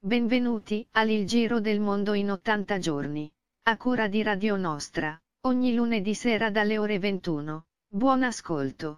Benvenuti al Giro del Mondo in 80 giorni. A cura di Radio Nostra, ogni lunedì sera dalle ore 21. Buon ascolto.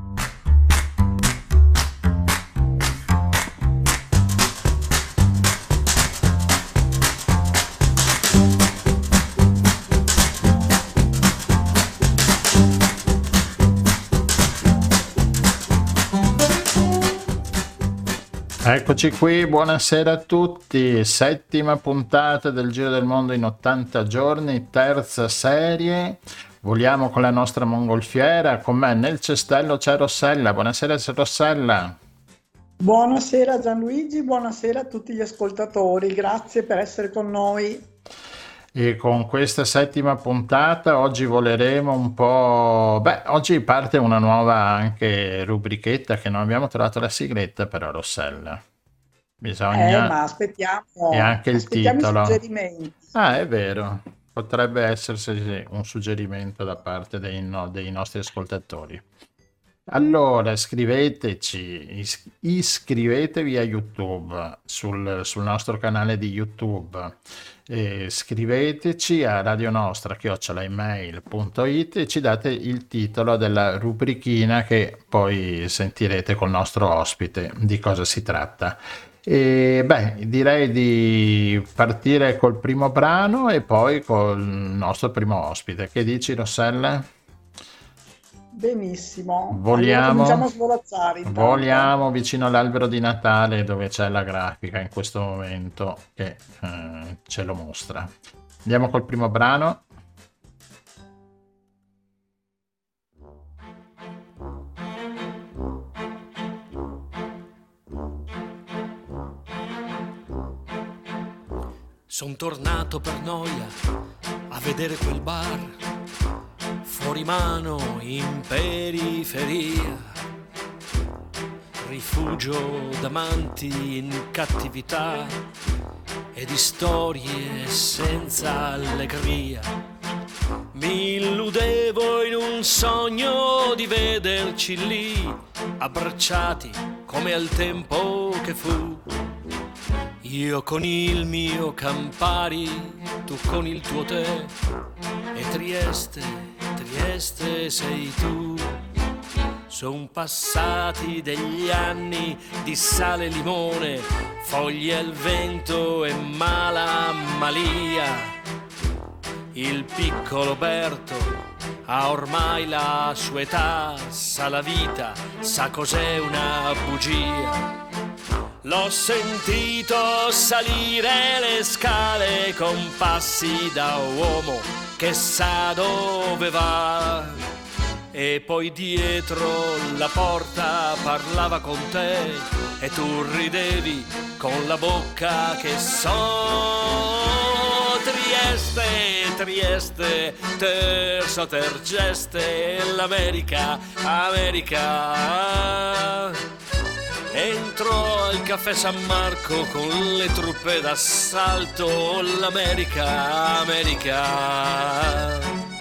Eccoci qui, buonasera a tutti, settima puntata del Giro del Mondo in 80 giorni, terza serie, voliamo con la nostra mongolfiera, con me nel cestello c'è Rossella, buonasera Rossella. Buonasera Gianluigi, buonasera a tutti gli ascoltatori, grazie per essere con noi. E con questa settima puntata oggi voleremo un po'... oggi parte una nuova anche rubrichetta che non abbiamo trovato la sigletta però Rossella. Bisogna... ma aspettiamo, e anche il titolo. I suggerimenti. Ah, è vero, potrebbe esserci un suggerimento da parte dei nostri ascoltatori. Allora, scriveteci, iscrivetevi a YouTube, sul nostro canale di YouTube. Scriveteci a radionostra@email.it e ci date il titolo della rubrichina che poi sentirete col nostro ospite di cosa si tratta. E direi di partire col primo brano e poi col nostro primo ospite. Che dici, Rossella? Benissimo, Vogliamo, allora cominciamo a svolazzare intanto. Voliamo vicino all'albero di Natale dove c'è la grafica in questo momento che ce lo mostra. Andiamo col primo brano. Son tornato per noia a vedere quel bar fuori mano in periferia, rifugio d'amanti in cattività e di storie senza allegria. Mi illudevo in un sogno di vederci lì, abbracciati come al tempo che fu. Io con il mio Campari, tu con il tuo tè, e Trieste sei tu. Son passati degli anni di sale e limone, foglie al vento e mala malia. Il piccolo Berto ha ormai la sua età, sa la vita, sa cos'è una bugia. L'ho sentito salire le scale con passi da uomo che sa dove va. E poi dietro la porta parlava con te e tu ridevi con la bocca che so. Trieste, terzo Tergeste, l'America, America. Entro al caffè San Marco con le truppe d'assalto, l'America, America.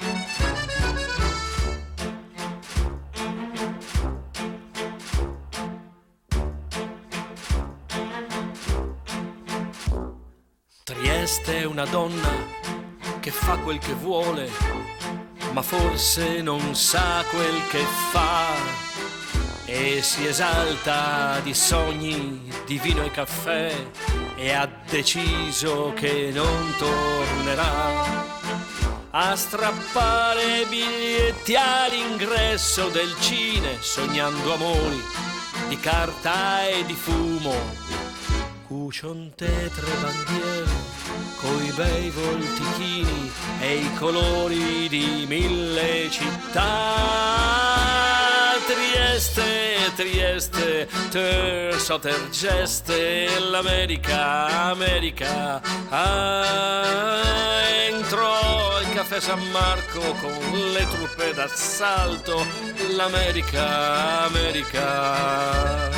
Trieste è una donna che fa quel che vuole, ma forse non sa quel che fa. E si esalta di sogni, di vino e caffè, e ha deciso che non tornerà a strappare biglietti all'ingresso del cine, sognando amori di carta e di fumo. Cucion tetre bandiere, coi bei voltichini e i colori di mille città. Trieste, terzo Tergeste, l'America, America. Entro al caffè San Marco con le truppe d'assalto, l'America, America.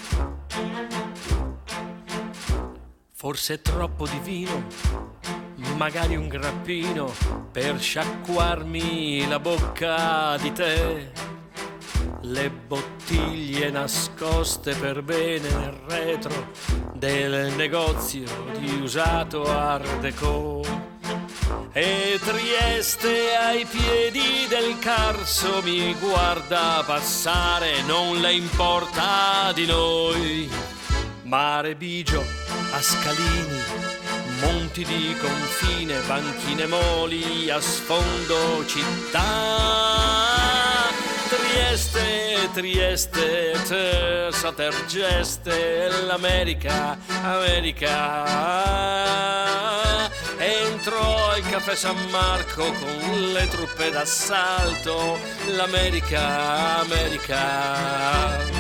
Forse è troppo di vino, magari un grappino per sciacquarmi la bocca di te. Le bottiglie nascoste per bene nel retro del negozio di usato Art Deco. E Trieste ai piedi del Carso mi guarda passare, non le importa di noi. Mare Bigio, a Scalini, monti di confine, banchine moli a sfondo città. Trieste, Trieste, Terza Tergeste, l'America, America. Entro al caffè San Marco con le truppe d'assalto, l'America, America.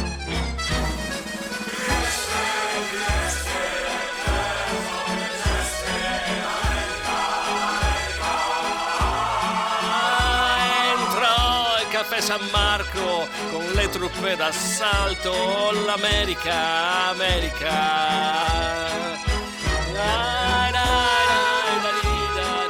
Caffè San Marco con le truppe d'assalto, l'America, America. Dai, dai, dai, dai, dai,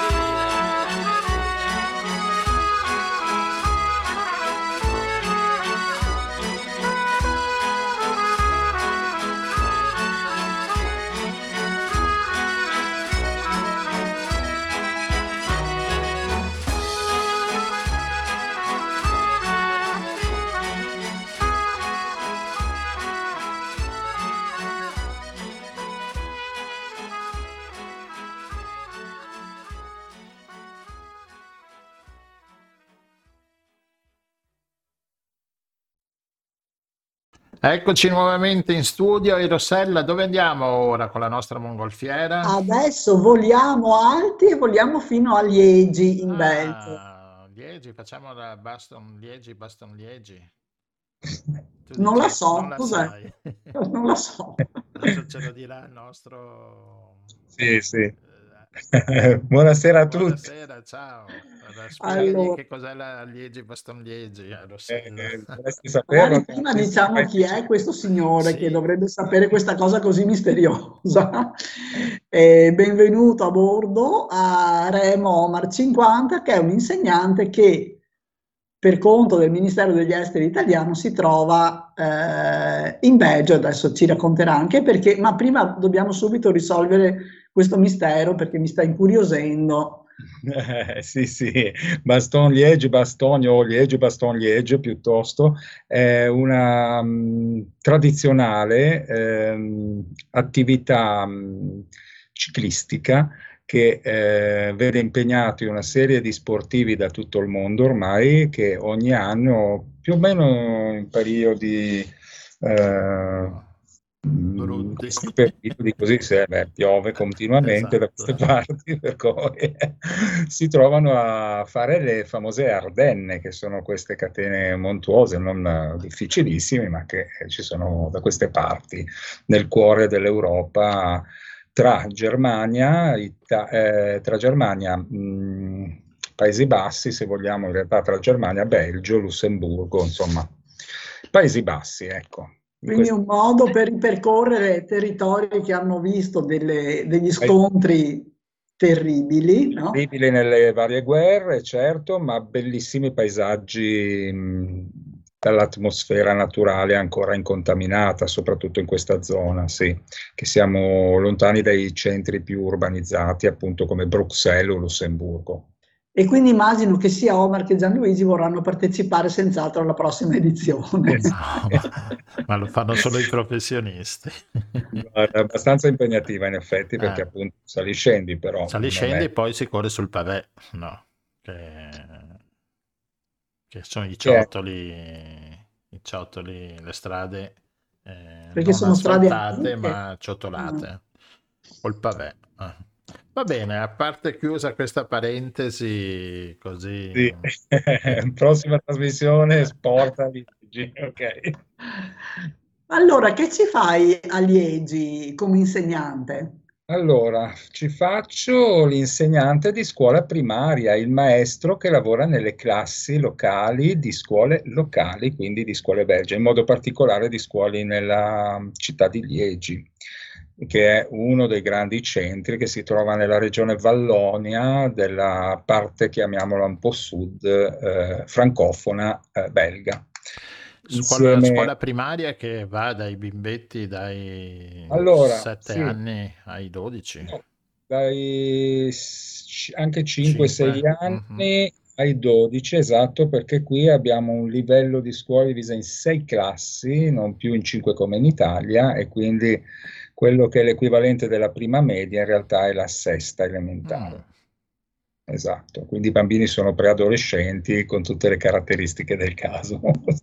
Eccoci nuovamente in studio. E Rossella, dove andiamo ora con la nostra mongolfiera? Adesso voliamo alti e voliamo fino a Liegi in Belgio. Liegi, facciamo la Baston Liegi, Baston Liegi. Tu Non la dici, so, non la cos'è? sai. Non la so. Adesso ce lo dirà il nostro... Sì, sì. Buonasera a tutti. Buonasera, ciao. Allora, spiegagli Allora, che cos'è la Liegi, Baston Liegi, Rossella. Dovresti saperlo. magari prima diciamo chi è questo signore che Sì. dovrebbe sapere questa cosa così misteriosa. Benvenuto a bordo a Remo Omar 50, che è un insegnante che per conto del Ministero degli Esteri italiano si trova in Belgio. Adesso ci racconterà anche perché, ma prima dobbiamo subito risolvere questo mistero perché mi sta incuriosendo. Sì, sì, Baston Liège, Bastogne o Liège, Baston Liège piuttosto, è una tradizionale attività ciclistica che vede impegnati una serie di sportivi da tutto il mondo ormai, che ogni anno, più o meno in periodi Brutti. periodi così, se piove continuamente da queste Esatto. parti, per cui si trovano a fare le famose Ardenne, che sono queste catene montuose, non difficilissime, ma che ci sono da queste parti, nel cuore dell'Europa, tra Germania, Paesi Bassi, se vogliamo, in realtà tra Germania, Belgio, Lussemburgo, insomma, Paesi Bassi, ecco. Quindi un modo per ripercorrere territori che hanno visto degli scontri terribili, no? Terribili nelle varie guerre, certo, ma bellissimi paesaggi dall'atmosfera naturale ancora incontaminata, soprattutto in questa zona, sì, che siamo lontani dai centri più urbanizzati, appunto come Bruxelles o Lussemburgo. E quindi immagino che sia Omar che Gianluigi vorranno partecipare senz'altro alla prossima edizione. No, ma lo fanno solo i professionisti. È abbastanza impegnativa in effetti, perché appunto sali-scendi, però Sali-scendi e poi si corre sul pavé, no? Che sono i ciottoli, le strade Perché non sono strade asfaltate antiche. ma ciotolate, col pavé. Va bene, a parte chiusa questa parentesi, così... Sì. Prossima trasmissione, sport a Liegi, ok. Allora, che ci fai a Liegi come insegnante? Allora, ci faccio l'insegnante di scuola primaria, il maestro che lavora nelle classi locali di scuole locali, quindi di scuole belge, in modo particolare di scuole nella città di Liegi. che è uno dei grandi centri che si trova nella regione Vallonia, della parte, chiamiamola un po' sud, francofona belga. Scuola primaria che va dai bimbetti dai Allora, 7 sì, anni ai 12. no, dai anche 5-6 5. anni ai 12, esatto, perché qui abbiamo un livello di scuola diviso in 6 classi, non più in 5 come in Italia, e quindi quello che è l'equivalente della prima media in realtà è la sesta elementare. Esatto, quindi i bambini sono preadolescenti con tutte le caratteristiche del caso.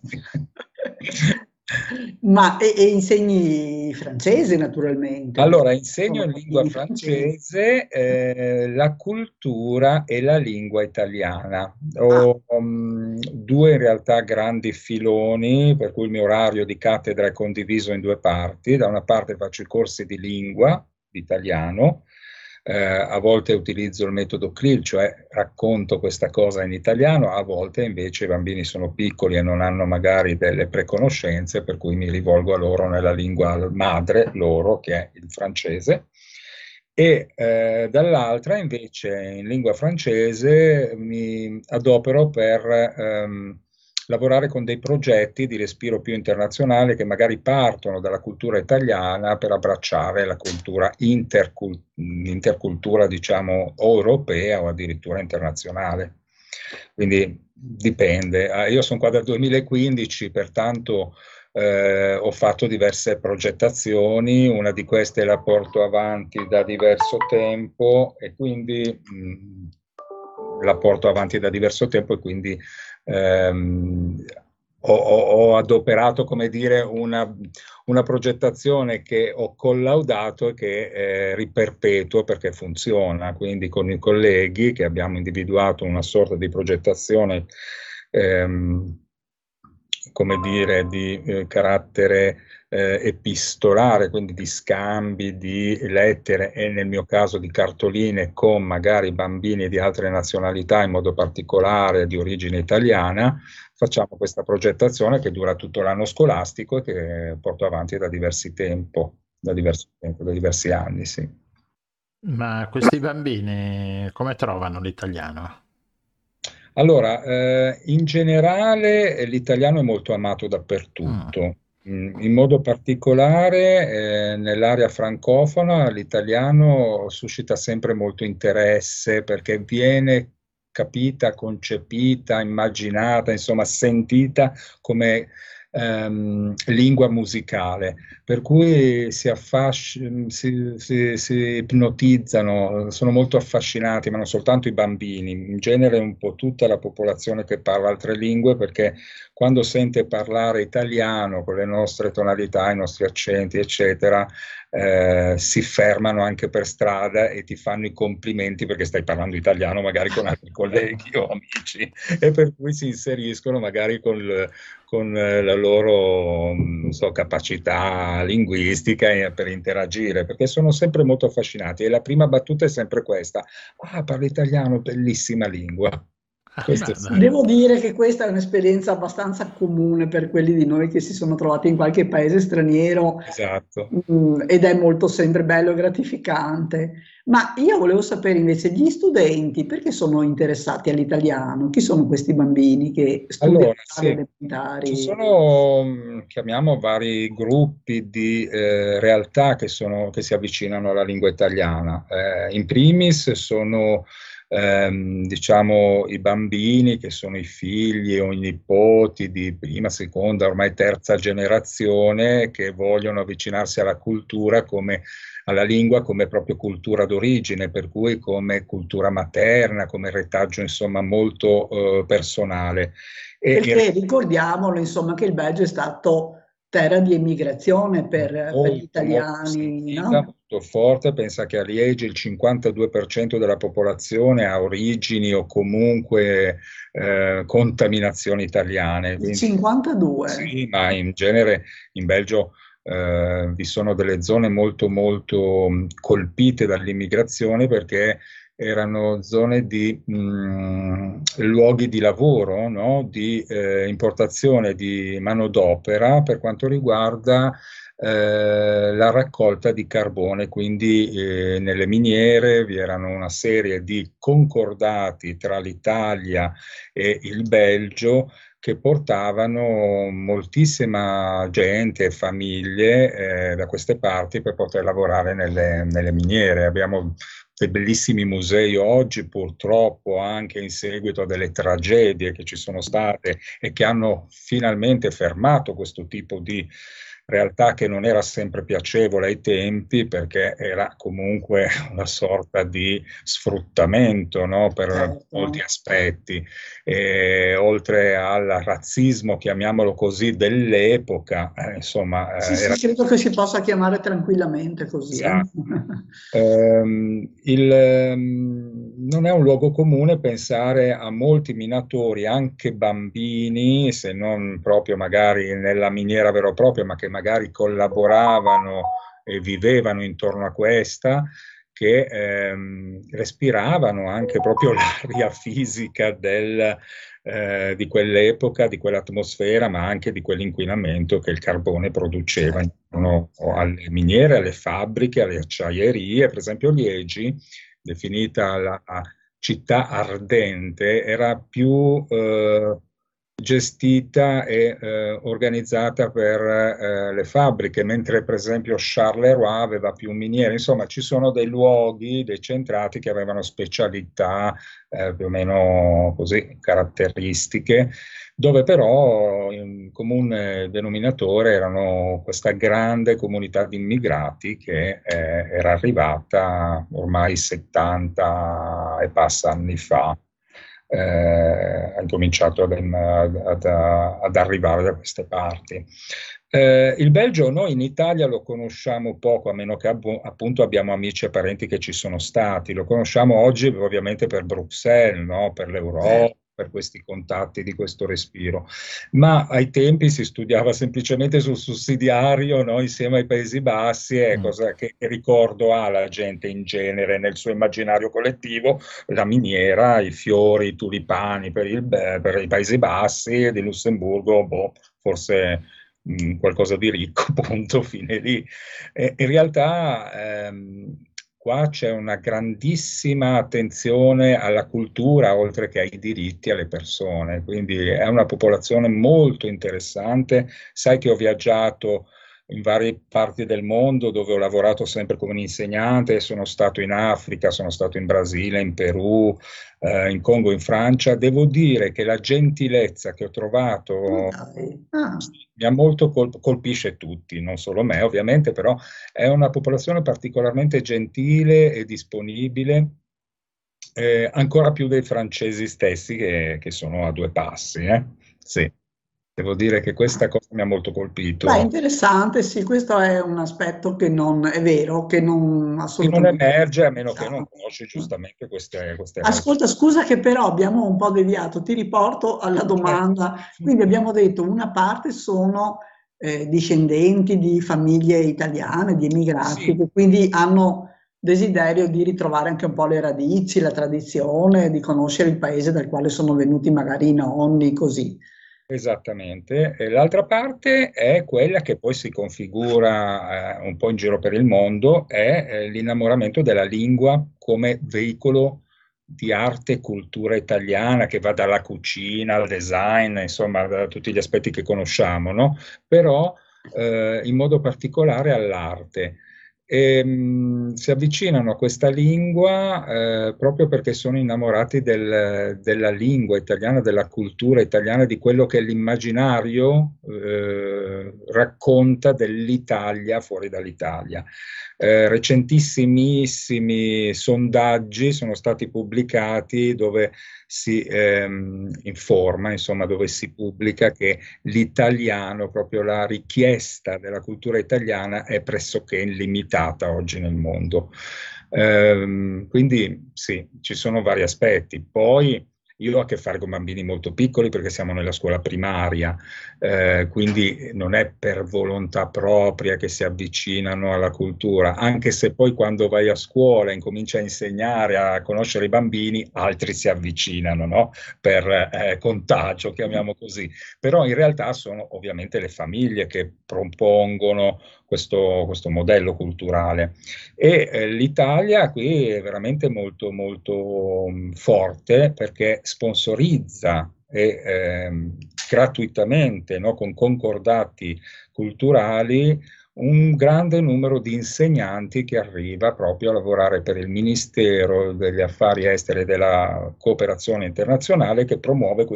Ma insegni francese naturalmente, perché Allora, insegno sono in lingua bambini francesi. francese, la cultura e la lingua italiana. Ah, Ho due in realtà grandi filoni, per cui il mio orario di cattedra è condiviso in due parti. Da una parte faccio i corsi di lingua, di italiano, a volte utilizzo il metodo CLIL, cioè racconto questa cosa in italiano, a volte invece i bambini sono piccoli e non hanno magari delle preconoscenze, per cui mi rivolgo a loro nella lingua madre loro, che è il francese. E dall'altra invece in lingua francese mi adopero per lavorare con dei progetti di respiro più internazionale che magari partono dalla cultura italiana per abbracciare la cultura intercultura, diciamo, o europea o addirittura internazionale. Quindi dipende. Io sono qua dal 2015, pertanto ho fatto diverse progettazioni, una di queste la porto avanti da diverso tempo e quindi ho adoperato, come dire, una progettazione che ho collaudato e che riperpetuo perché funziona. Quindi con i colleghi che abbiamo individuato una sorta di progettazione come dire, di carattere epistolare, quindi di scambi di lettere e nel mio caso di cartoline con magari bambini di altre nazionalità, in modo particolare di origine italiana. Facciamo questa progettazione che dura tutto l'anno scolastico e che porto avanti da diversi anni, sì. Ma questi bambini come trovano l'italiano? Allora, in generale l'italiano è molto amato dappertutto. In modo particolare nell'area francofona l'italiano suscita sempre molto interesse perché viene capita, concepita, immaginata, insomma sentita come lingua musicale, per cui si ipnotizzano, sono molto affascinati, ma non soltanto i bambini, in genere un po' tutta la popolazione che parla altre lingue, perché quando sente parlare italiano con le nostre tonalità, i nostri accenti, eccetera, si fermano anche per strada e ti fanno i complimenti perché stai parlando italiano magari con altri colleghi o amici, e per cui si inseriscono magari con la loro non so, capacità linguistica per interagire, perché sono sempre molto affascinati e la prima battuta è sempre questa: ah, parli italiano, bellissima lingua. Questo sì. Devo dire che questa è un'esperienza abbastanza comune per quelli di noi che si sono trovati in qualche paese straniero. Esatto. Ed è molto sempre bello e gratificante. Ma io volevo sapere invece gli studenti perché sono interessati all'italiano? Chi sono questi bambini che studiano Allora, alle sì, elementari? ci sono, chiamiamo, vari gruppi di realtà che si avvicinano alla lingua italiana. In primis sono diciamo i bambini che sono i figli o i nipoti di prima, seconda, ormai terza generazione che vogliono avvicinarsi alla cultura alla lingua come proprio cultura d'origine, per cui come cultura materna, come retaggio insomma molto personale. Perché ricordiamolo insomma che il Belgio è stato terra di emigrazione per gli italiani, molto, no? molto forte. Pensa che a Liegi il 52% della popolazione ha origini o comunque contaminazioni italiane. Il Quindi, 52? sì, ma in genere in Belgio vi sono delle zone molto molto colpite dall'immigrazione perché erano zone di luoghi di lavoro, no? Di importazione di manodopera per quanto riguarda la raccolta di carbone, quindi nelle miniere vi erano una serie di concordati tra l'Italia e il Belgio che portavano moltissima gente e famiglie da queste parti per poter lavorare nelle miniere. Abbiamo dei bellissimi musei oggi, purtroppo anche in seguito a delle tragedie che ci sono state e che hanno finalmente fermato questo tipo di realtà che non era sempre piacevole ai tempi, perché era comunque una sorta di sfruttamento, no, per molti aspetti. E oltre al razzismo, chiamiamolo così, dell'epoca, insomma, Sì, sì, credo che si possa chiamare tranquillamente così. Esatto. Non è un luogo comune pensare a molti minatori, anche bambini, se non proprio magari nella miniera vera e propria, ma che magari collaboravano e vivevano intorno a questa, che respiravano anche proprio l'aria fisica di quell'epoca, di quell'atmosfera, ma anche di quell'inquinamento che il carbone produceva intorno alle miniere, alle fabbriche, alle acciaierie. Per esempio Liegi, definita la città ardente, era più gestita e organizzata per le fabbriche, mentre per esempio Charleroi aveva più miniere. Insomma, ci sono dei luoghi, dei centrati che avevano specialità più o meno così caratteristiche, dove però il comune denominatore erano questa grande comunità di immigrati che era arrivata ormai 70 e passa anni fa. Ha cominciato ad arrivare da queste parti. Il Belgio noi in Italia lo conosciamo poco, a meno che appunto abbiamo amici e parenti che ci sono stati. Lo conosciamo oggi ovviamente per Bruxelles, no? Per l'Europa, per questi contatti di questo respiro, ma ai tempi si studiava semplicemente sul sussidiario, no? Insieme ai Paesi Bassi, è cosa che ricordo ha la gente in genere nel suo immaginario collettivo: la miniera, i fiori, i tulipani per i Paesi Bassi, di Lussemburgo, boh, forse qualcosa di ricco, punto, fine lì. In realtà qua c'è una grandissima attenzione alla cultura, oltre che ai diritti alle persone, quindi è una popolazione molto interessante. Sai che ho viaggiato in varie parti del mondo, dove ho lavorato sempre come un insegnante. Sono stato in Africa, sono stato in Brasile, in Perù, in Congo, in Francia. Devo dire che la gentilezza che ho trovato mi ha molto colpisce tutti, non solo me ovviamente, però è una popolazione particolarmente gentile e disponibile, ancora più dei francesi stessi che sono a due passi. Sì. Devo dire che questa cosa mi ha molto colpito. Beh, interessante, sì, questo è un aspetto che non è vero, che non assolutamente emerge, a meno che non conosci giustamente queste Ascolta, scusa che però abbiamo un po' deviato, ti riporto alla domanda. Quindi abbiamo detto una parte sono discendenti di famiglie italiane, di emigranti, che quindi hanno desiderio di ritrovare anche un po' le radici, la tradizione, di conoscere il paese dal quale sono venuti magari i nonni, così. Esattamente, e l'altra parte è quella che poi si configura un po' in giro per il mondo, è l'innamoramento della lingua come veicolo di arte e cultura italiana, che va dalla cucina al design, insomma, da tutti gli aspetti che conosciamo, no? Però in modo particolare all'arte. Si avvicinano a questa lingua proprio perché sono innamorati della lingua italiana, della cultura italiana, di quello che l'immaginario racconta dell'Italia fuori dall'Italia. Recentissimissimi sondaggi sono stati pubblicati dove si informa, insomma, dove si pubblica che l'italiano, proprio la richiesta della cultura italiana, è pressoché illimitata oggi nel mondo. Quindi sì, ci sono vari aspetti. Poi Io ho a che fare con bambini molto piccoli perché siamo nella scuola primaria, quindi non è per volontà propria che si avvicinano alla cultura, anche se poi quando vai a scuola e incominci a insegnare a conoscere i bambini, altri si avvicinano, no? Per contagio, chiamiamo così. Però in realtà sono ovviamente le famiglie che propongono questo modello culturale. E l'Italia qui è veramente molto, molto forte perché sponsorizza e gratuitamente, no, con concordati culturali, un grande numero di insegnanti che arriva proprio a lavorare per il Ministero degli Affari Esteri e della Cooperazione Internazionale, che promuove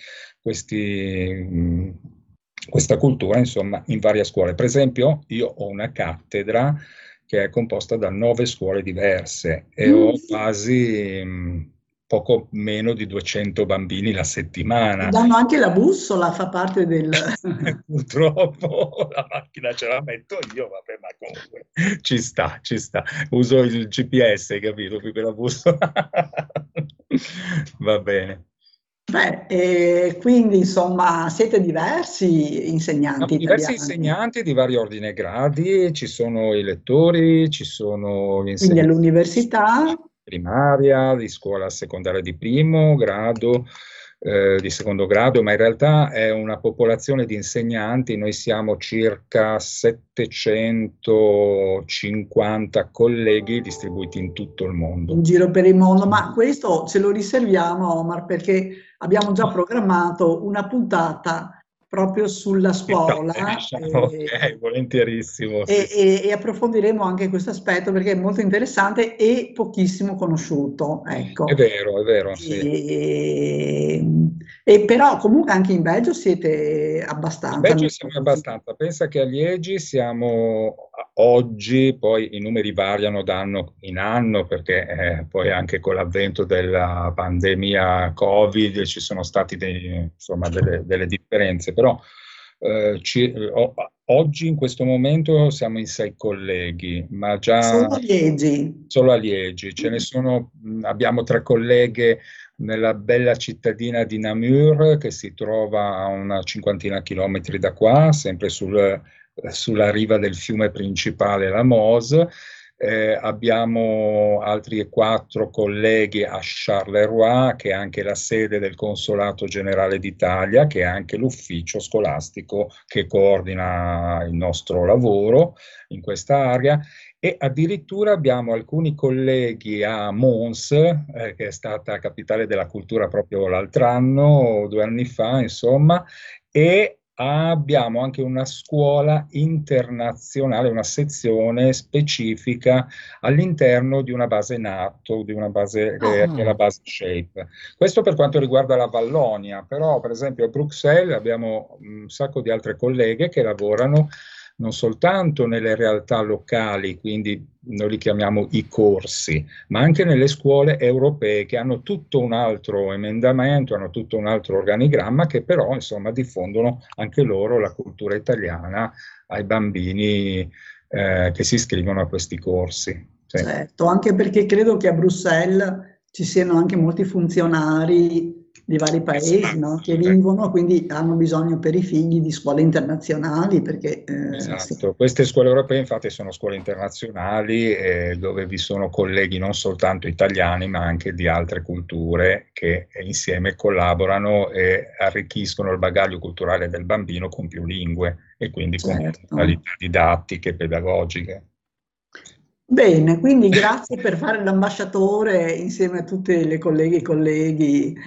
questa cultura, insomma, in varie scuole. Per esempio, io ho una cattedra che è composta da 9 scuole diverse e ho quasi poco meno di 200 bambini la settimana. Danno anche la bussola, fa parte del... Purtroppo la macchina ce la metto io, vabbè, ma comunque ci sta. Uso il GPS, capito, più che la bussola. Va bene. Beh, quindi insomma siete diversi insegnanti Diversi italiani, insegnanti di vari ordini e gradi, ci sono i lettori, ci sono gli quindi insegnanti all'università. primaria, di scuola secondaria di primo grado, di secondo grado, ma in realtà è una popolazione di insegnanti, noi siamo circa 750 colleghi distribuiti in tutto il mondo. In giro per il mondo, ma questo ce lo riserviamo, Omar, perché abbiamo già programmato una puntata proprio sulla scuola Ok, volentierissimo. e approfondiremo anche questo aspetto perché è molto interessante e pochissimo conosciuto. Ecco. È vero, sì. E però comunque anche in Belgio siete abbastanza. In Belgio siamo abbastanza, pensa che a Liegi siamo oggi, poi i numeri variano da anno in anno perché poi anche con l'avvento della pandemia Covid ci sono stati delle differenze, però oggi in questo momento siamo in 6 colleghi, ma già solo a Liegi. Solo a Liegi, ce ne sono, abbiamo 3 colleghe nella bella cittadina di Namur che si trova a una 50 chilometri da qua, sempre sulla riva del fiume principale, la Meuse. Abbiamo altri 4 colleghi a Charleroi, che è anche la sede del Consolato Generale d'Italia, che è anche l'ufficio scolastico che coordina il nostro lavoro in questa area. E addirittura abbiamo alcuni colleghi a Mons, che è stata capitale della cultura proprio l'altro anno, 2 anni fa, insomma, e abbiamo anche una scuola internazionale, una sezione specifica all'interno di una base NATO, di una base che è la base SHAPE. Questo per quanto riguarda la Vallonia, però per esempio a Bruxelles abbiamo un sacco di altre colleghe che lavorano non soltanto nelle realtà locali, quindi noi li chiamiamo i corsi, ma anche nelle scuole europee che hanno tutto un altro emendamento, hanno tutto un altro organigramma che però insomma diffondono anche loro la cultura italiana ai bambini che si iscrivono a questi corsi. Sì. Certo, anche perché credo che a Bruxelles ci siano anche molti funzionari di vari paesi, no? Che vivono, quindi hanno bisogno per i figli di scuole internazionali perché esatto. sì. Queste scuole europee infatti sono scuole internazionali dove vi sono colleghi non soltanto italiani ma anche di altre culture che insieme collaborano e arricchiscono il bagaglio culturale del bambino con più lingue e quindi con modalità didattiche e pedagogiche. Bene, quindi grazie per fare l'ambasciatore insieme a tutte le colleghe e colleghi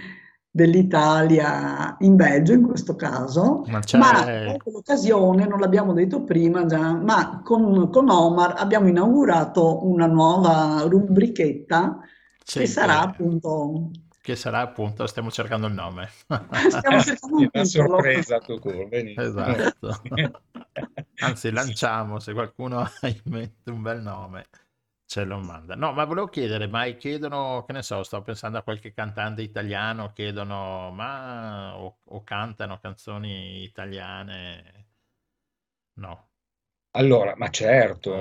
dell'Italia in Belgio in questo caso, ma per l'occasione, non l'abbiamo detto prima già, ma con Omar abbiamo inaugurato una nuova rubrichetta che sarà appunto... Che sarà appunto, stiamo cercando il nome. Stiamo cercando una sorpresa, esatto. Anzi, lanciamo, se qualcuno ha in mente un bel nome ce lo manda. No, ma volevo chiedere, ma chiedono, che ne so, sto pensando a qualche cantante italiano, chiedono, ma o cantano canzoni italiane? No. Allora, ma certo,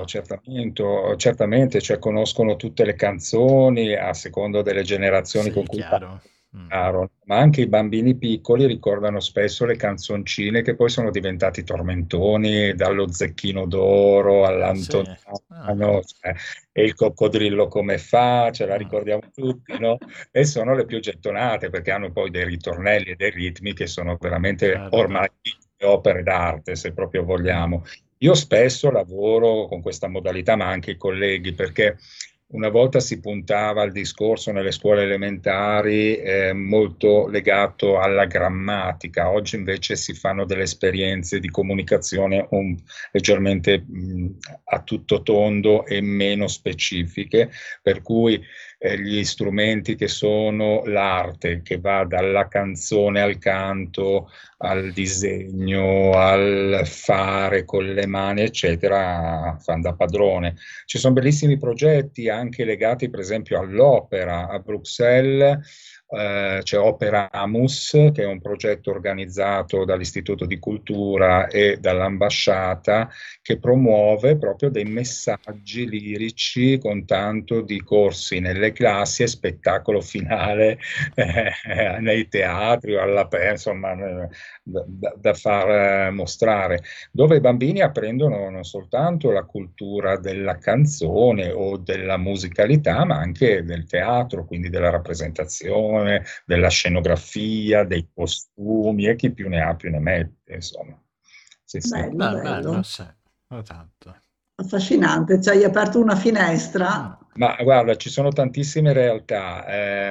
certamente, cioè, conoscono tutte le canzoni a seconda delle generazioni con cui Chiaro, ma anche i bambini piccoli ricordano spesso le canzoncine che poi sono diventati tormentoni, dallo Zecchino d'Oro Sì. all'Antoniano, e il coccodrillo come fa, ce la ricordiamo tutti, no? E sono le più gettonate perché hanno poi dei ritornelli e dei ritmi che sono veramente Certo. ormai opere d'arte, se proprio vogliamo. Io spesso lavoro con questa modalità, ma anche i colleghi, perché una volta si puntava al discorso nelle scuole elementari molto legato alla grammatica, oggi invece si fanno delle esperienze di comunicazione leggermente a tutto tondo e meno specifiche, per cui gli strumenti che sono l'arte, che va dalla canzone al canto, al disegno, al fare con le mani, eccetera, fanno da padrone. Ci sono bellissimi progetti anche legati per esempio all'opera. A Bruxelles c'è Operamus, che è un progetto organizzato dall'Istituto di Cultura e dall'ambasciata, che promuove proprio dei messaggi lirici con tanto di corsi nelle classi e spettacolo finale nei teatri o all'aperto, insomma, da far mostrare, dove i bambini apprendono non soltanto la cultura della canzone o della musicalità, ma anche del teatro, quindi della rappresentazione, della scenografia, dei costumi, e chi più ne ha più ne mette, insomma. Sì, sì. Bello, sì. Tanto. Affascinante, ci hai aperto una finestra. Ma guarda, ci sono tantissime realtà.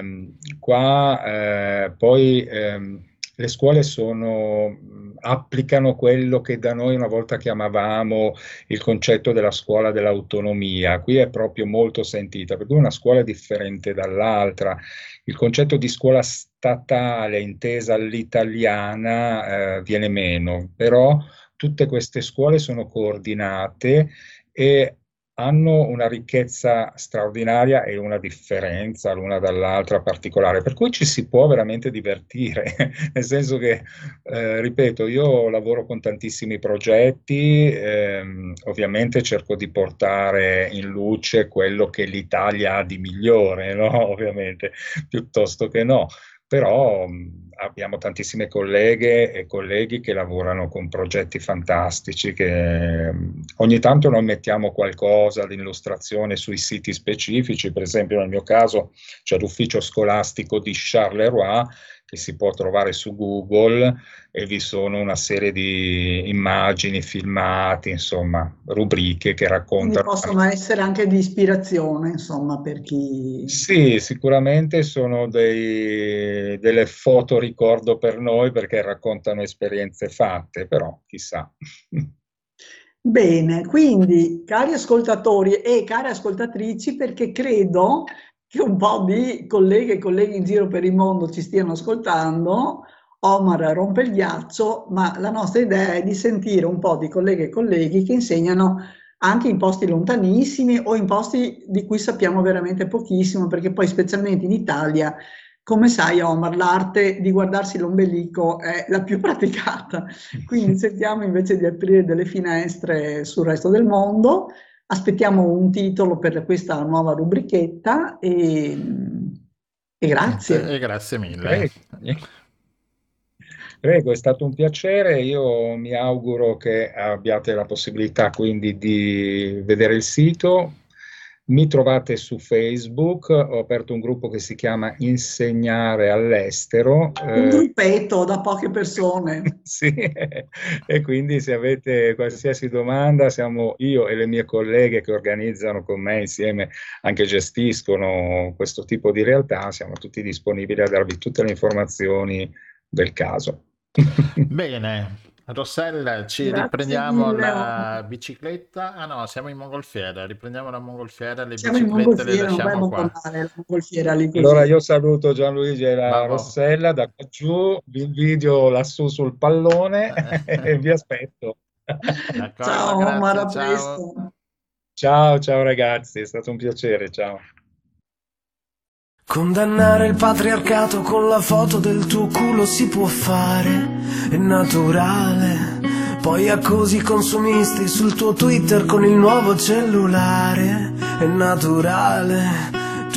Qua poi le scuole applicano quello che da noi una volta chiamavamo il concetto della scuola dell'autonomia. Qui è proprio molto sentita, perché una scuola è differente dall'altra. Il concetto di scuola statale intesa all'italiana viene meno, però tutte queste scuole sono coordinate e hanno una ricchezza straordinaria e una differenza l'una dall'altra particolare, per cui ci si può veramente divertire, nel senso che, ripeto, io lavoro con tantissimi progetti, ovviamente cerco di portare in luce quello che l'Italia ha di migliore, no? Ovviamente, piuttosto che no. Però abbiamo tantissime colleghe e colleghi che lavorano con progetti fantastici, che ogni tanto noi mettiamo qualcosa di illustrazione sui siti specifici. Per esempio nel mio caso c'è l'ufficio scolastico di Charleroi, che si può trovare su Google, e vi sono una serie di immagini, filmati, insomma, rubriche che raccontano. Quindi possono essere anche di ispirazione, insomma, per chi... Sì, sicuramente sono delle foto ricordo per noi, perché raccontano esperienze fatte, però chissà. Bene, quindi cari ascoltatori e care ascoltatrici, perché credo che un po' di colleghe e colleghi in giro per il mondo ci stiano ascoltando, Omar rompe il ghiaccio, ma la nostra idea è di sentire un po' di colleghe e colleghi che insegnano anche in posti lontanissimi o in posti di cui sappiamo veramente pochissimo, perché poi specialmente in Italia, come sai Omar, l'arte di guardarsi l'ombelico è la più praticata, quindi cerchiamo invece di aprire delle finestre sul resto del mondo. Aspettiamo un titolo per questa nuova rubrichetta e grazie. E grazie mille. Prego, è stato un piacere. Io mi auguro che abbiate la possibilità quindi di vedere il sito. Mi trovate su Facebook, ho aperto un gruppo che si chiama Insegnare all'estero. Un gruppetto da poche persone. Sì, e quindi se avete qualsiasi domanda, siamo io e le mie colleghe che organizzano con me insieme, anche gestiscono questo tipo di realtà, siamo tutti disponibili a darvi tutte le informazioni del caso. Bene. Rossella, riprendiamo la bicicletta. Ah no, siamo in mongolfiera, riprendiamo la mongolfiera, le biciclette le lasciamo qua. Allora io saluto Gianluigi e la Rossella da qua giù, vi invidio lassù sul pallone e vi aspetto. Ciao, Omar, a presto. Ciao ragazzi, è stato un piacere, ciao. Condannare il patriarcato con la foto del tuo culo si può fare, è naturale. Poi accusi i consumisti sul tuo Twitter con il nuovo cellulare, è naturale.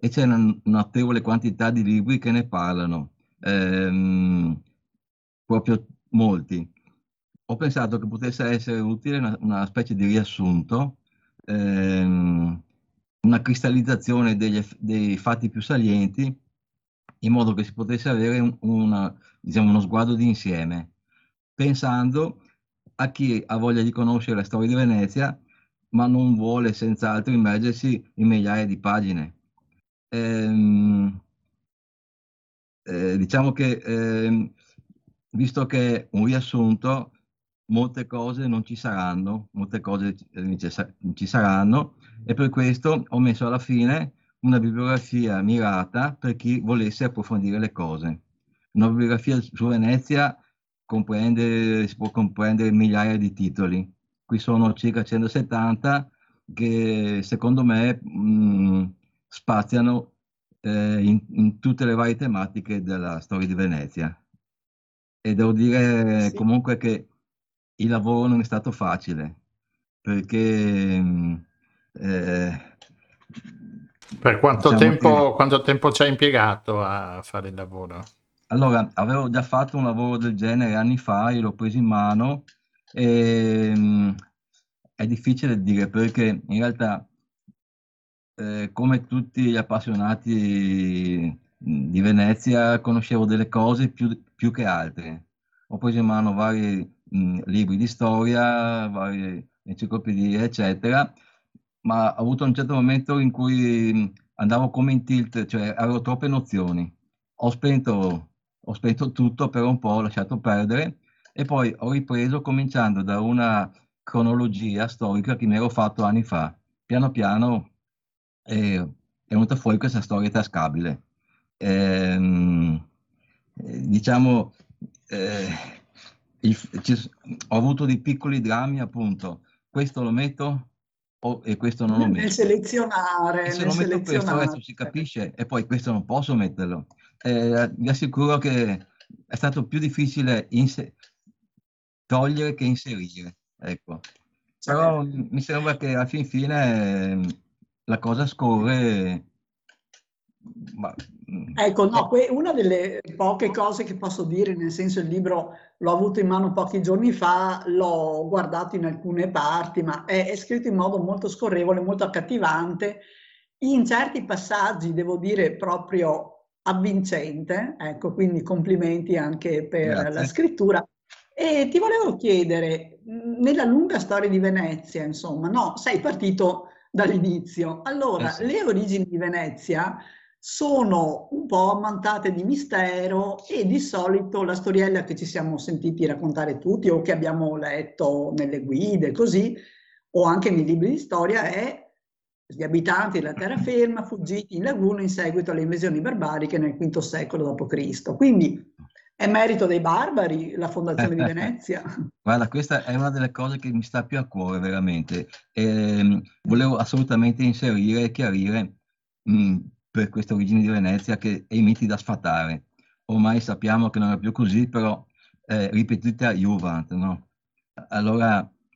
e c'è una notevole quantità di libri che ne parlano, proprio molti. Ho pensato che potesse essere utile una specie di riassunto, una cristallizzazione dei fatti più salienti, in modo che si potesse avere diciamo, uno sguardo d'insieme, pensando a chi ha voglia di conoscere la storia di Venezia, ma non vuole senz'altro immergersi in migliaia di pagine. Diciamo che, visto che è un riassunto, molte cose non ci saranno, molte cose ci saranno, e per questo ho messo alla fine una bibliografia mirata per chi volesse approfondire le cose. Una bibliografia su Venezia si può comprendere migliaia di titoli. Qui sono circa 170 che secondo me spaziano in tutte le varie tematiche della storia di Venezia. E devo dire Sì. comunque che il lavoro non è stato facile, perché Per quanto diciamo quanto tempo ci hai impiegato a fare il lavoro? allora, avevo già fatto un lavoro del genere anni fa, io l'ho preso in mano e è difficile dire perché in realtà, come tutti gli appassionati di Venezia, conoscevo delle cose più che altre. Ho preso in mano vari libri di storia, varie enciclopedie, eccetera, ma ho avuto un certo momento in cui andavo come in tilt, cioè avevo troppe nozioni. Ho spento tutto per un po', ho lasciato perdere e poi ho ripreso cominciando da una cronologia storica che mi ero fatto anni fa. Piano piano è venuta fuori questa storia tascabile. Diciamo, ho avuto dei piccoli drammi, appunto, questo lo metto e questo non lo Nel metto. E selezionare, se nel lo metto questo adesso selezionare. si capisce e poi questo non posso metterlo. Vi assicuro che è stato più difficile togliere che inserire, ecco. Però Certo. mi sembra che alla fin fine la cosa scorre. Ma, Ecco, no, una delle poche cose che posso dire, nel senso il libro l'ho avuto in mano pochi giorni fa, l'ho guardato in alcune parti, ma è scritto in modo molto scorrevole, molto accattivante, in certi passaggi devo dire proprio avvincente, ecco, quindi complimenti anche per la grazie. scrittura. E ti volevo chiedere, nella lunga storia di Venezia, insomma, no, sei partito dall'inizio. Allora, Sì. le origini di Venezia sono un po' ammantate di mistero e di solito la storiella che ci siamo sentiti raccontare tutti o che abbiamo letto nelle guide, così, o anche nei libri di storia, è gli abitanti della terraferma fuggiti in laguna in seguito alle invasioni barbariche nel V secolo d.C. Quindi è merito dei barbari la fondazione di Venezia? Guarda, questa è una delle cose che mi sta più a cuore veramente. Volevo assolutamente inserire e chiarire per queste origini di Venezia che è i miti da sfatare. Ormai sappiamo che non è più così, però ripetita iuvant, no? Allora,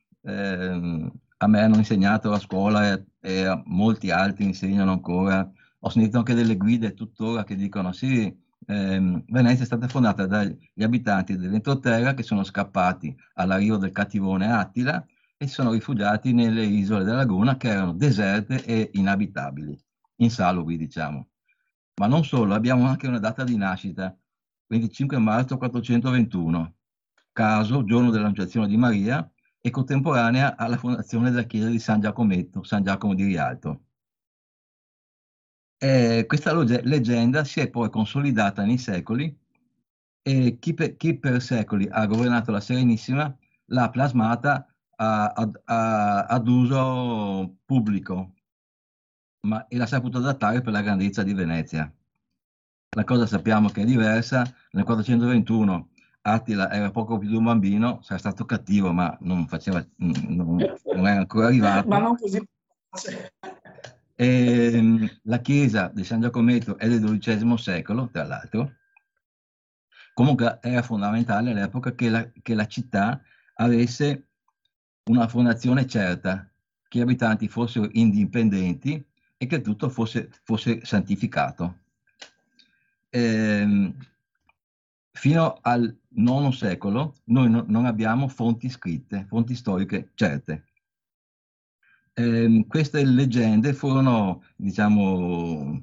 a me hanno insegnato a scuola e a molti altri insegnano ancora. Ho sentito anche delle guide tuttora che dicono sì, Venezia è stata fondata dagli abitanti dell'entroterra che sono scappati all'arrivo del cattivone Attila e si sono rifugiati nelle isole della laguna che erano deserte e inabitabili, insalubri diciamo. Ma non solo, abbiamo anche una data di nascita, 25 marzo 421, caso, giorno dell'Annunciazione di Maria, e contemporanea alla fondazione della chiesa di San Giacometto, San Giacomo di Rialto. Questa leggenda si è poi consolidata nei secoli e chi per secoli ha governato la Serenissima l'ha plasmata ad uso pubblico e l'ha saputo adattare per la grandezza di Venezia. La cosa sappiamo che è diversa. Nel 421 Attila era poco più di un bambino, sarà stato cattivo ma non era ancora arrivato. Ma non così. La chiesa di San Giacometto è del XII secolo, tra l'altro. Comunque era fondamentale all'epoca che la città avesse una fondazione certa, che gli abitanti fossero indipendenti e che tutto fosse santificato. Fino al IX secolo noi non abbiamo fonti scritte, fonti storiche certe. Queste leggende furono, diciamo,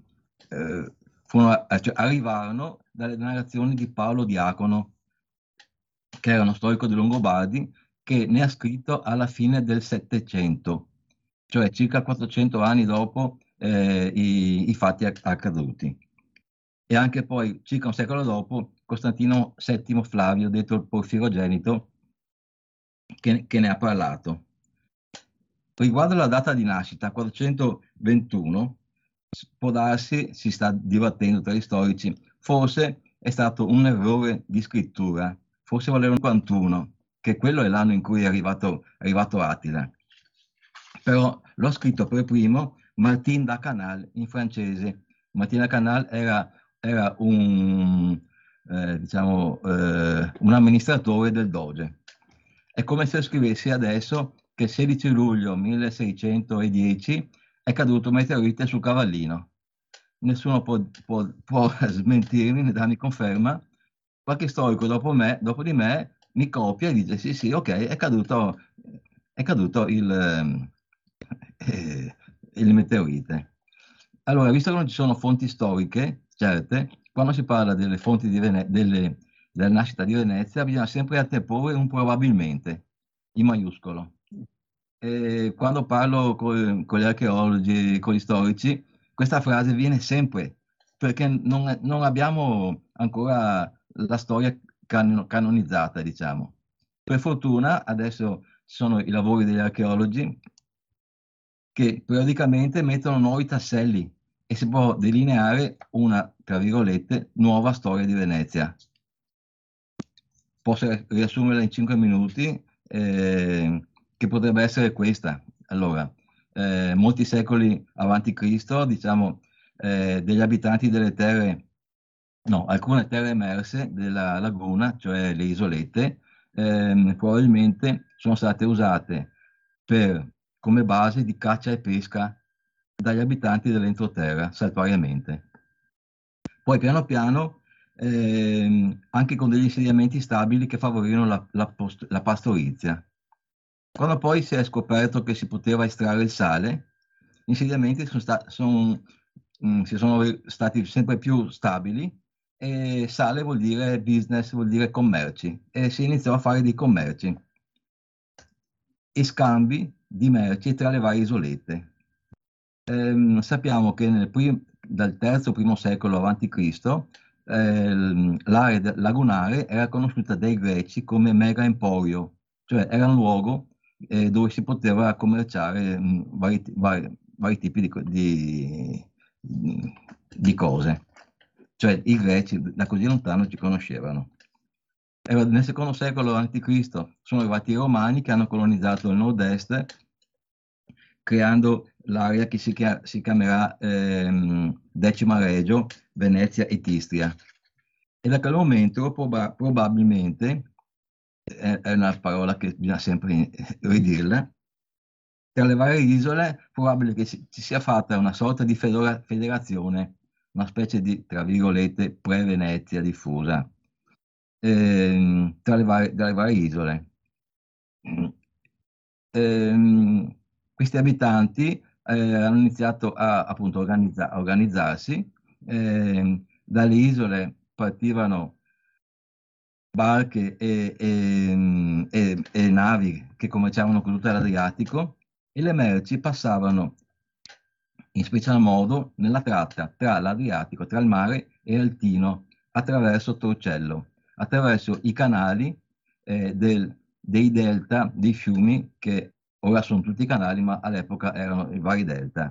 arrivarono dalle narrazioni di Paolo Diacono, che era uno storico dei Longobardi, che ne ha scritto alla fine del Settecento, cioè circa 400 anni dopo i fatti accaduti. E anche poi, circa un secolo dopo, Costantino VII Flavio, detto il Porfirogenito, che ne ha parlato. Riguardo alla data di nascita, 421, può darsi, si sta dibattendo tra gli storici, forse è stato un errore di scrittura, forse voleva 51, che quello è l'anno in cui è arrivato Attila. Però l'ho scritto per primo Martin da Canal in francese. Martin da Canal era un amministratore del Doge. È come se scrivessi adesso che il 16 luglio 1610 è caduto un meteorite sul Cavallino. Nessuno può smentirmi, né darmi conferma. Qualche storico dopo di me mi copia e dice sì, ok, è caduto il meteorite. Allora, visto che non ci sono fonti storiche certe, quando si parla delle fonti della nascita di Venezia, bisogna sempre anteporre un probabilmente, in maiuscolo. E quando parlo con gli archeologi, con gli storici, questa frase viene sempre, perché non abbiamo ancora la storia canonizzata, diciamo. Per fortuna adesso ci sono i lavori degli archeologi che periodicamente mettono nuovi tasselli e si può delineare una, tra virgolette, nuova storia di Venezia. Posso riassumerla in 5 minuti, che potrebbe essere questa. Allora, molti secoli avanti Cristo, diciamo, degli abitanti delle terre, no, alcune terre emerse della laguna, cioè le isolette, probabilmente sono state usate come base di caccia e pesca dagli abitanti dell'entroterra, saltuariamente. Poi piano piano, anche con degli insediamenti stabili che favorirono la pastorizia. Quando poi si è scoperto che si poteva estrarre il sale, gli insediamenti si sono stati sempre più stabili, e sale vuol dire business, vuol dire commerci, e si iniziò a fare dei commerci e scambi di merci tra le varie isolette. Sappiamo che dal III secolo a.C. L'area lagunare era conosciuta dai greci come mega emporio, cioè era un luogo dove si poteva commerciare vari tipi di cose. Cioè i greci da così lontano ci conoscevano. Nel II secolo a.C. sono arrivati i Romani che hanno colonizzato il nord-est, creando l'area che si chiamerà Decima Regio, Venezia e Istria. E da quel momento probabilmente, è una parola che bisogna sempre ridirla, tra le varie isole è probabile che ci sia fatta una sorta di federazione, una specie di, tra virgolette, pre-Venezia diffusa tra le varie isole. Questi abitanti hanno iniziato appunto a organizzarsi. Dalle isole partivano barche e navi che commerciavano con tutto l'Adriatico, e le merci passavano in special modo nella tratta tra l'Adriatico, tra il mare e il Tino, attraverso Torcello, attraverso i canali dei delta, dei fiumi, che ora sono tutti canali, ma all'epoca erano i vari delta.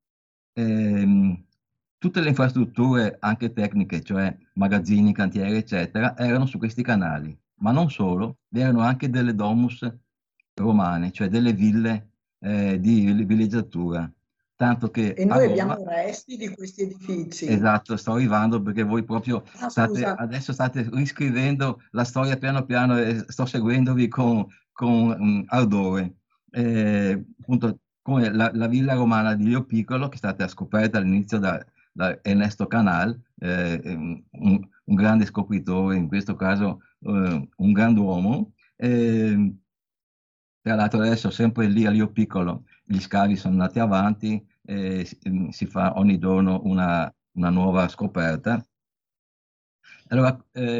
Tutte le infrastrutture, anche tecniche, cioè magazzini, cantieri, eccetera, erano su questi canali, ma non solo, vi erano anche delle domus romane, cioè delle ville di villeggiatura. Tanto che e noi abbiamo resti di questi edifici. Esatto, sto arrivando perché voi proprio adesso state riscrivendo la storia piano piano e sto seguendovi con ardore. Appunto, come la villa romana di Leo Piccolo, che è stata scoperta all'inizio da Ernesto Canal, un grande scopritore, in questo caso un grand'uomo. Tra l'altro adesso sempre lì a Leo Piccolo gli scavi sono andati avanti, si fa ogni giorno una nuova scoperta. Allora,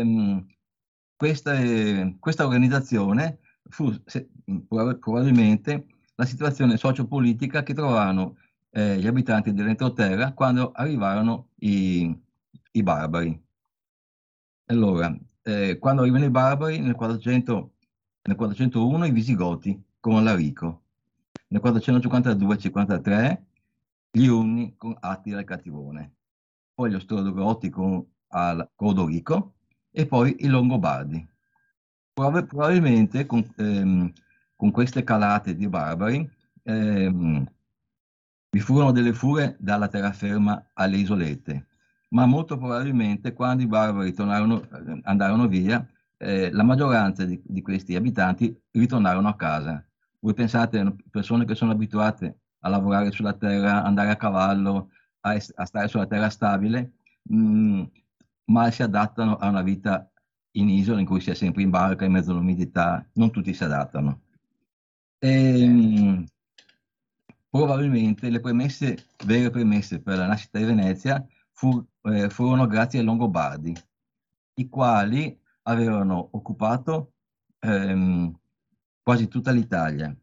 questa organizzazione fu probabilmente la situazione sociopolitica che trovarono gli abitanti dell'entroterra quando arrivarono i barbari. Allora, quando arrivano i barbari nel 401 i Visigoti con Alarico, nel 452-53 gli Unni con Attila il Cattivone, poi gli Ostrogoti con Odorico e poi i Longobardi. Probabilmente con queste calate di barbari vi furono delle fughe dalla terraferma alle isolette, ma molto probabilmente quando i barbari andarono via, la maggioranza di questi abitanti ritornarono a casa. Voi pensate a persone che sono abituate a lavorare sulla terra, andare a cavallo, a stare sulla terra stabile, ma si adattano a una vita in isola in cui si è sempre in barca, in mezzo all'umidità, non tutti si adattano. Probabilmente le vere premesse per la nascita di Venezia furono grazie ai Longobardi, i quali avevano occupato quasi tutta l'Italia.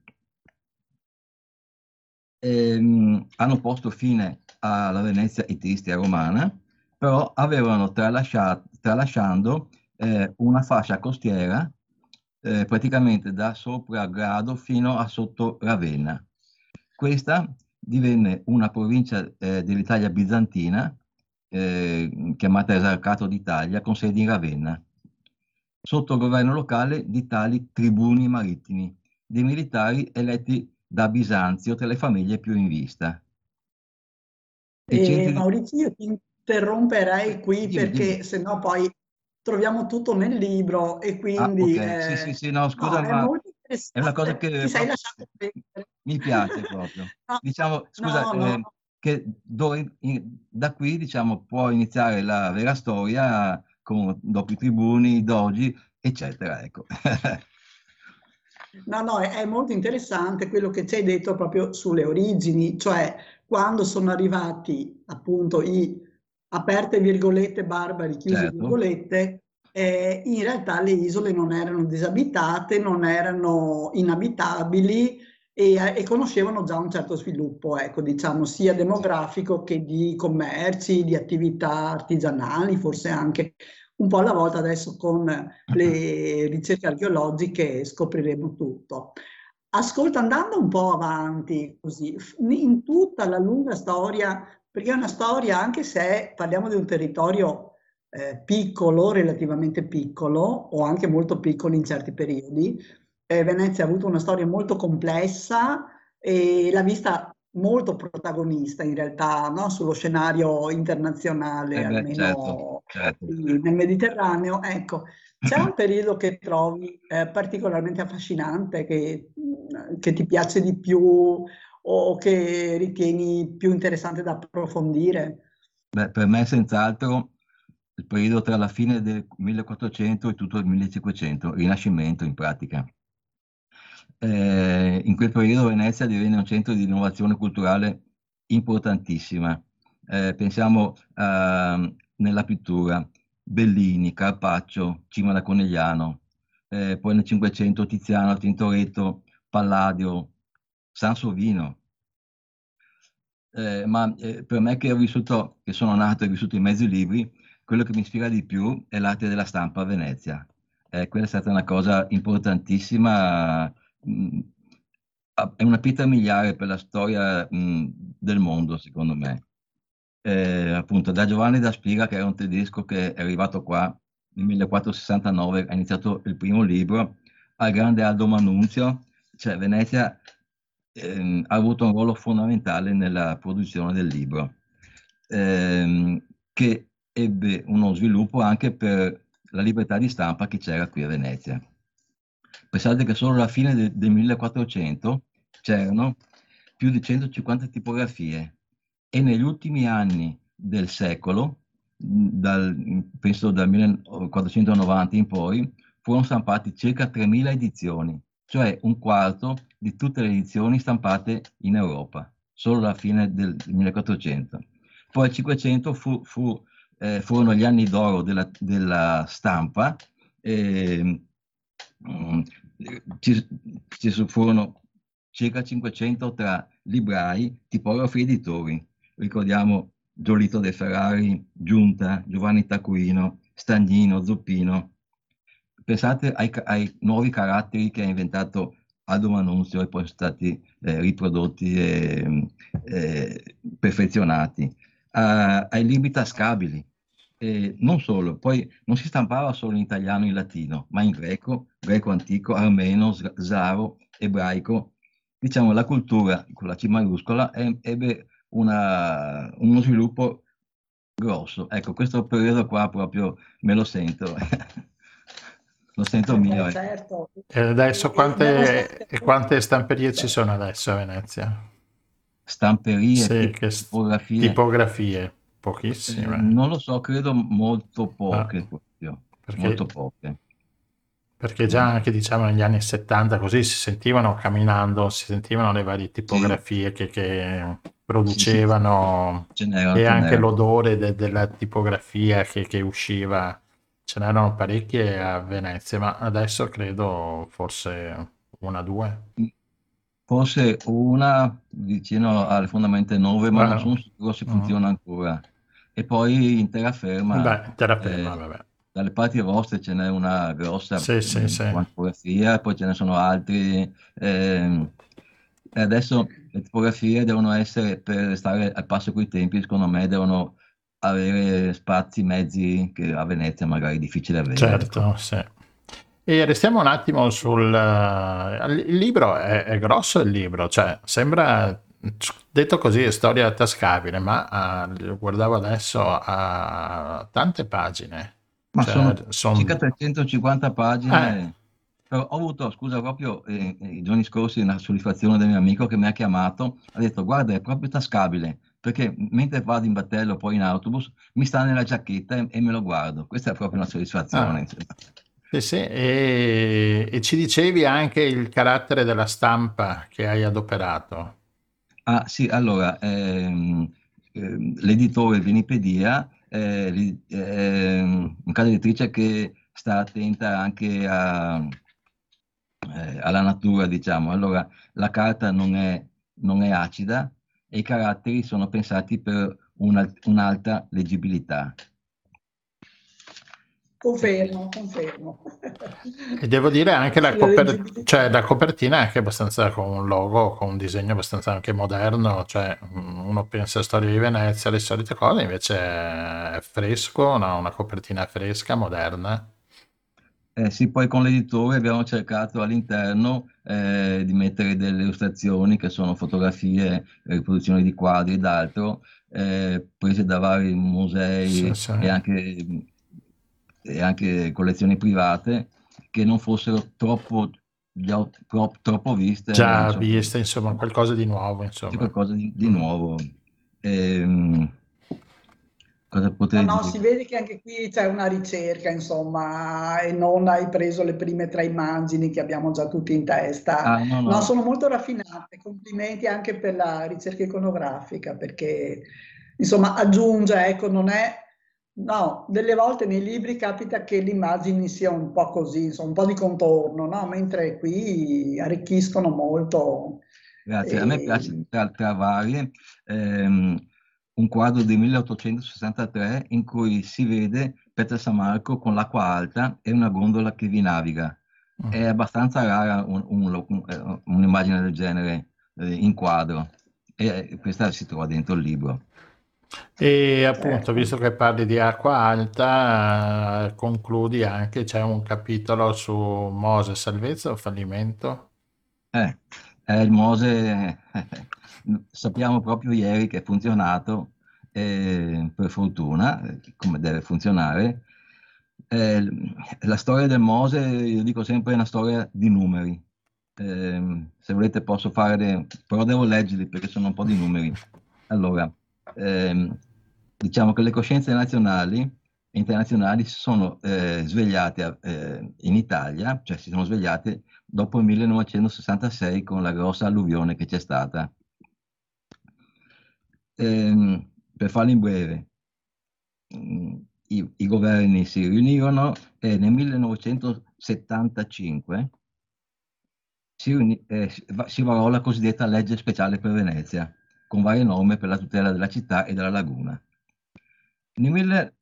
Hanno posto fine alla Venezia etruria romana, però avevano tralasciando una fascia costiera praticamente da sopra Grado fino a sotto Ravenna. Questa divenne una provincia dell'Italia bizantina, chiamata Esarcato d'Italia, con sede in Ravenna, sotto il governo locale di tali tribuni marittimi, dei militari eletti da Bisanzio tra le famiglie più in vista. Maurizio, io ti interromperei qui perché sennò poi troviamo tutto nel libro e quindi okay. Sì, no, scusa, è molto interessante. È una cosa che ti sei lasciato mi piace proprio. Diciamo, scusa, che da qui, diciamo, può iniziare la vera storia dopo i tribuni, i dogi, eccetera, ecco. No, è molto interessante quello che ci hai detto proprio sulle origini, cioè quando sono arrivati appunto i aperte virgolette barbari, chiuse virgolette, in realtà le isole non erano disabitate, non erano inabitabili e conoscevano già un certo sviluppo, ecco, diciamo, sia demografico che di commerci, di attività artigianali, forse anche un po' alla volta. Adesso con le ricerche archeologiche scopriremo tutto. Ascolta, andando un po' avanti, così, in tutta la lunga storia, perché è una storia, anche se parliamo di un territorio piccolo, relativamente piccolo, o anche molto piccolo in certi periodi, Venezia ha avuto una storia molto complessa e l'ha vista molto protagonista in realtà, no? Sullo scenario internazionale, almeno certo. nel Mediterraneo. Ecco, c'è un periodo che trovi particolarmente affascinante, che ti piace di più o che ritieni più interessante da approfondire? Beh, per me senz'altro il periodo tra la fine del 1400 e tutto il 1500, il Rinascimento in pratica. In quel periodo Venezia divenne un centro di innovazione culturale importantissima. Pensiamo nella pittura, Bellini, Carpaccio, Cima da Conegliano, poi nel 500 Tiziano, Tintoretto, Palladio, Sansovino. Ma per me che sono nato e vissuto in mezzo ai libri, quello che mi ispira di più è l'arte della stampa a Venezia. Quella è stata una cosa importantissima, è una pietra miliare per la storia del mondo, secondo me. Appunto, da Giovanni da Spira, che era un tedesco che è arrivato qua nel 1469, ha iniziato il primo libro, al grande Aldo Manunzio, cioè Venezia ha avuto un ruolo fondamentale nella produzione del libro, che ebbe uno sviluppo anche per la libertà di stampa che c'era qui a Venezia. Pensate che solo alla fine del 1400 c'erano più di 150 tipografie e negli ultimi anni del secolo, penso dal 1490 in poi, furono stampati circa 3.000 edizioni, cioè un quarto di tutte le edizioni stampate in Europa, solo alla fine del 1400. Poi il 500 furono gli anni d'oro della stampa, ci furono circa 500 tra librai, tipografi e editori. Ricordiamo Giolito De Ferrari, Giunta, Giovanni Taccuino, Stagnino, Zuppino. Pensate ai nuovi caratteri che ha inventato Aldo Manunzio e poi sono stati riprodotti e perfezionati, ai libri tascabili. Non solo, poi non si stampava solo in italiano e in latino, ma in greco antico, armeno, saro, ebraico. Diciamo, la cultura, con la C maiuscola, ebbe uno sviluppo grosso. Ecco, questo periodo qua proprio me lo sento. Lo sento mio. Certo. E adesso quante stamperie ci sono adesso a Venezia? Stamperie, Sì, tipografie, pochissime. Non lo so, credo molto poche, proprio, molto poche. Perché già anche diciamo negli anni 70 così si sentivano camminando, si sentivano le varie tipografie che producevano e anche l'odore della tipografia che usciva. Ce n'erano parecchie a Venezia, ma adesso credo forse una o due. Forse una vicino alle fondamenta 9, ma non sono sicuro se funziona ancora. E poi in terraferma. Vabbè. Dalle parti vostre ce n'è una grossa tipografia, poi ce ne sono altri. Adesso le tipografie devono essere, per stare al passo coi tempi, secondo me devono avere spazi, mezzi che a Venezia magari è difficile avere. Certo, sì. E restiamo un attimo il libro è grosso, il libro, cioè sembra, detto così, è storia tascabile, ma guardavo adesso a tante pagine. Ma sono circa 350 pagine. Però ho avuto, scusa, proprio i giorni scorsi una soddisfazione del mio amico che mi ha chiamato, ha detto guarda è proprio tascabile, perché mentre vado in battello poi in autobus mi sta nella giacchetta e me lo guardo. Questa è proprio una soddisfazione. Sì, e ci dicevi anche il carattere della stampa che hai adoperato. Ah sì, allora, l'editore Venipedia, una casa editrice che sta attenta anche alla natura, diciamo. Allora, la carta non è acida e i caratteri sono pensati per un'alta leggibilità. Confermo. E devo dire anche la copertina è anche abbastanza con un logo, con un disegno abbastanza anche moderno, cioè uno pensa a storia di Venezia, le solite cose, invece è fresco, una copertina fresca, moderna. Sì, poi con l'editore abbiamo cercato all'interno di mettere delle illustrazioni che sono fotografie, riproduzioni di quadri ed altro, prese da vari musei e anche collezioni private, che non fossero troppo viste. Già viste, insomma, qualcosa di nuovo. Qualcosa di nuovo. Cosa potrei dire? Si vede che anche qui c'è una ricerca, insomma, e non hai preso le prime tre immagini che abbiamo già tutti in testa. No, sono molto raffinate. Complimenti anche per la ricerca iconografica, perché, insomma, aggiunge, ecco, non è... No, delle volte nei libri capita che le immagini siano un po' così, insomma, un po' di contorno, no? Mentre qui arricchiscono molto. Grazie, a me piace tra varie un quadro del 1863 in cui si vede Petre Sammarco con l'acqua alta e una gondola che vi naviga. È abbastanza rara un'immagine del genere in quadro, e questa si trova dentro il libro. E appunto, visto che parli di acqua alta, concludi anche, c'è un capitolo su Mose, salvezza o fallimento? Il Mose sappiamo proprio ieri che è funzionato, per fortuna, come deve funzionare. La storia del Mose, io dico sempre, è una storia di numeri, Se volete posso fare, però devo leggerli perché sono un po' di numeri. Allora, diciamo che le coscienze nazionali e internazionali si sono svegliate in Italia, cioè si sono svegliate dopo il 1966 con la grossa alluvione che c'è stata. Per farlo in breve, i governi si riunirono e nel 1975 si varò la cosiddetta legge speciale per Venezia, con varie norme per la tutela della città e della laguna. Nel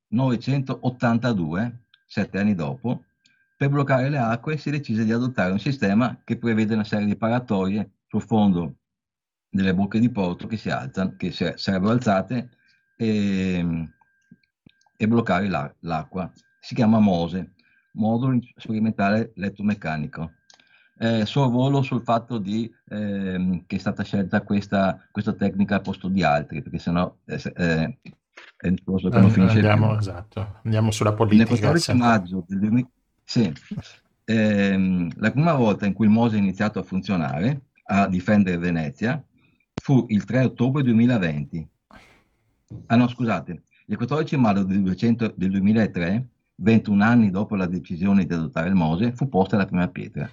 1982, 7 anni dopo, per bloccare le acque si decise di adottare un sistema che prevede una serie di paratoie sul fondo delle bocche di porto che si alzano, che sarebbero alzate e bloccare l'acqua. Si chiama MOSE, modulo sperimentale elettromeccanico. Sorvolo sul fatto che è stata scelta questa tecnica al posto di altri, perché sennò è il discorso che non finisce più. Esatto, andiamo sulla politica. Nel 14 maggio del 2000, sì, la prima volta in cui il MOSE ha iniziato a funzionare, a difendere Venezia, fu il 3 ottobre 2020. Ah no, scusate, il 14 maggio del 2003, 21 anni dopo la decisione di adottare il MOSE, fu posta la prima pietra.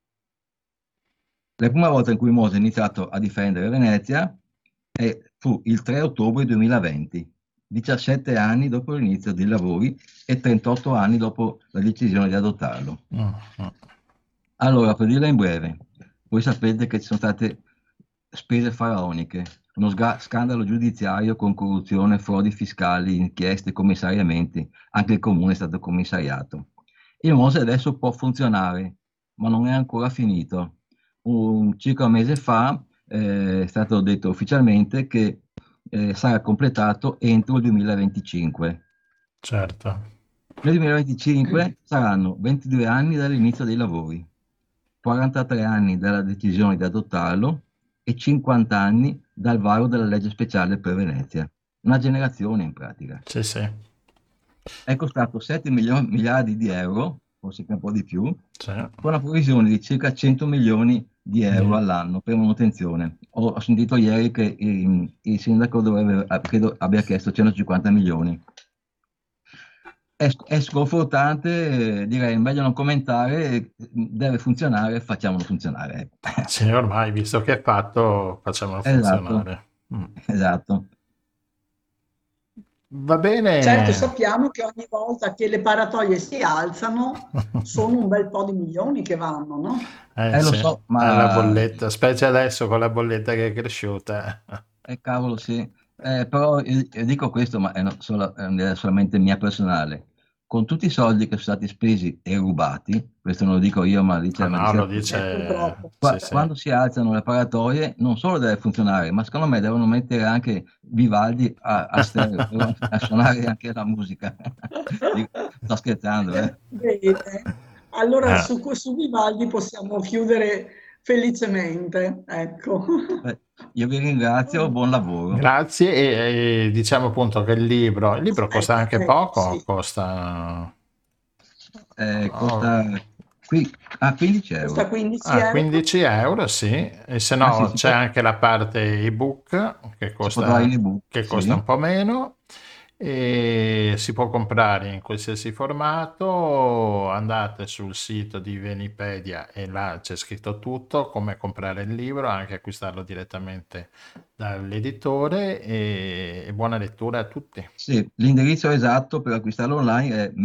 La prima volta in cui il MOSE ha iniziato a difendere Venezia fu il 3 ottobre 2020, 17 anni dopo l'inizio dei lavori e 38 anni dopo la decisione di adottarlo. Allora, per dirla in breve, voi sapete che ci sono state spese faraoniche, uno scandalo giudiziario con corruzione, frodi fiscali, inchieste, commissariamenti, anche il comune è stato commissariato. Il MOSE adesso può funzionare, ma non è ancora finito. Circa un mese fa è stato detto ufficialmente che sarà completato entro il 2025. Certo. Nel 2025 saranno 22 anni dall'inizio dei lavori, 43 anni dalla decisione di adottarlo e 50 anni dal varo della legge speciale per Venezia. Una generazione in pratica. Sì, sì. È costato 7 miliardi di euro, forse un po' di più, Sì. con una provvisione di circa 100 milioni di euro all'anno per manutenzione. Ho sentito ieri che il sindaco credo abbia chiesto 150 milioni. È sconfortante, direi meglio non commentare, deve funzionare, facciamolo funzionare. Sì, ormai, visto che è fatto, facciamolo funzionare. Esatto. Va bene. Certo, sappiamo che ogni volta che le paratoie si alzano sono un bel po' di milioni che vanno, no? Lo Sì, so, ma la bolletta, specie adesso con la bolletta che è cresciuta. Cavolo, sì. Però io dico questo, ma è solamente mia personale. Con tutti i soldi che sono stati spesi e rubati, questo non lo dico io, ma dice no, lo dice quando si alzano le paratoie non solo deve funzionare, ma secondo me devono mettere anche Vivaldi a stereo, a suonare anche la musica. Sto scherzando, Bene. Allora su Vivaldi possiamo chiudere felicemente, ecco. Io vi ringrazio, buon lavoro. Grazie e diciamo appunto che il libro costa anche poco, sì. costa qui a 15 euro. Costa 15 euro. 15 euro, sì, e se no c'è anche la parte ebook che costa un po' meno e si può comprare in qualsiasi formato. Andate sul sito di Venipedia e là c'è scritto tutto, come comprare il libro, anche acquistarlo direttamente dall'editore e buona lettura a tutti. Sì, l'indirizzo esatto per acquistarlo online è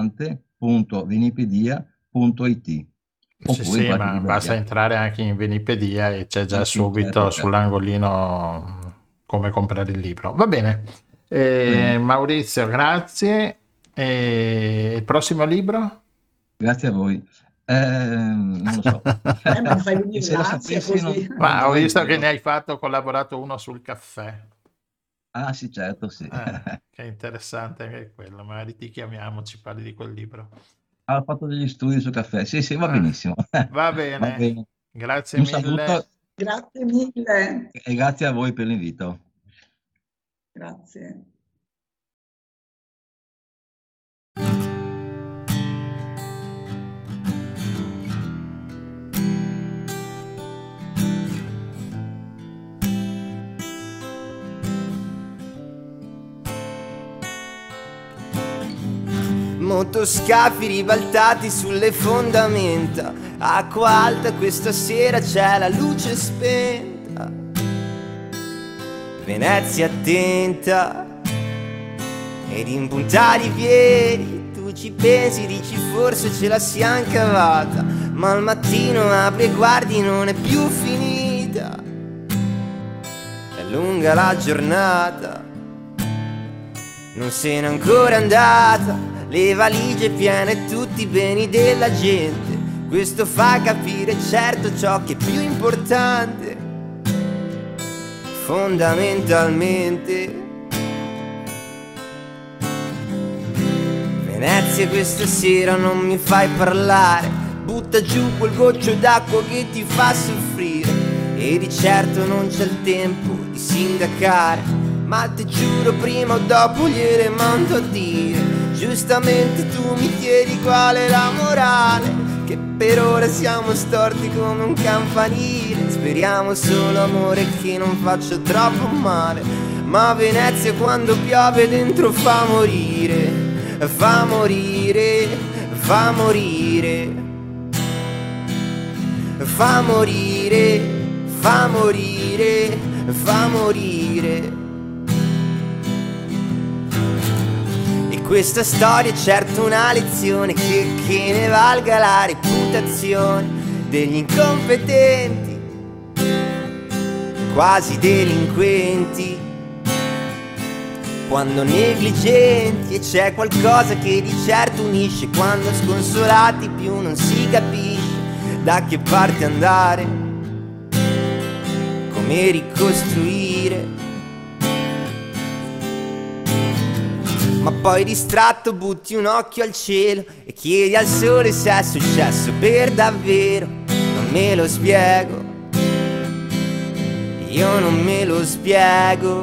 mercante.venipedia.it. Sì, ma basta entrare anche in Venipedia e c'è già subito sull'angolino come comprare il libro. Va bene. Maurizio, grazie. Il prossimo libro? Grazie a voi. Non lo so. Ma fai venire grazie così. Ma ho visto che ne hai collaborato uno sul caffè. Ah sì, certo, sì. Che è interessante anche quello, magari ti chiamiamo, ci parli di quel libro. Ho fatto degli studi sul caffè, sì, va benissimo. Va bene. Grazie mille. Saluto. Grazie mille. E grazie a voi per l'invito. Grazie. motoscafi ribaltati sulle fondamenta. Acqua alta, questa sera c'è la luce spenta. Venezia attenta ed impuntare i piedi. Tu ci pensi, dici forse ce la siamo cavata, ma al mattino apri e guardi non è più finita. È lunga la giornata, non se n'è ancora andata, le valigie piene, tutti i beni della gente. Questo fa capire certo ciò che è più importante, fondamentalmente. Venezia, questa sera non mi fai parlare, butta giù quel goccio d'acqua che ti fa soffrire. E di certo non c'è il tempo di sindacare, ma ti giuro prima o dopo gliele mando a dire. Giustamente tu mi chiedi qual è la morale, che per ora siamo storti come un campanile. Speriamo solo amore che non faccia troppo male, ma Venezia quando piove dentro fa morire, fa morire, fa morire, fa morire, fa morire, fa morire. E questa storia è certo una lezione che ne valga la reputazione degli incompetenti, quasi delinquenti, quando negligenti. E c'è qualcosa che di certo unisce, quando sconsolati più non si capisce da che parte andare, come ricostruire. Ma poi distratto butti un occhio al cielo e chiedi al sole se è successo per davvero. Non me lo spiego, io non me lo spiego.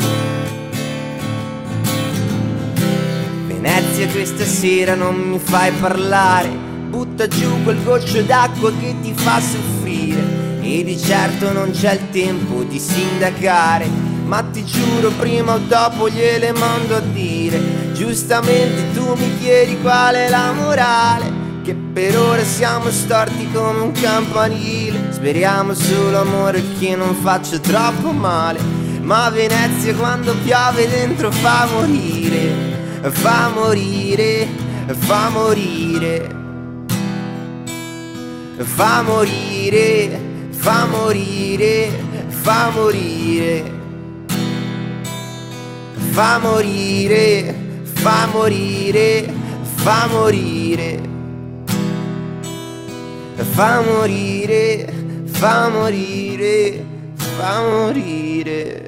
Venezia, questa sera non mi fai parlare, butta giù quel goccio d'acqua che ti fa soffrire. E di certo non c'è il tempo di sindacare, ma ti giuro prima o dopo gliele mando a dire. Giustamente tu mi chiedi qual è la morale, che per ora siamo storti come un campanile. Speriamo solo amore che non faccia troppo male, ma Venezia quando piove dentro fa morire, fa morire, fa morire, fa morire, fa morire, fa morire, fa morire, fa morire, fa morire, fa morire, fa morire, fa morire.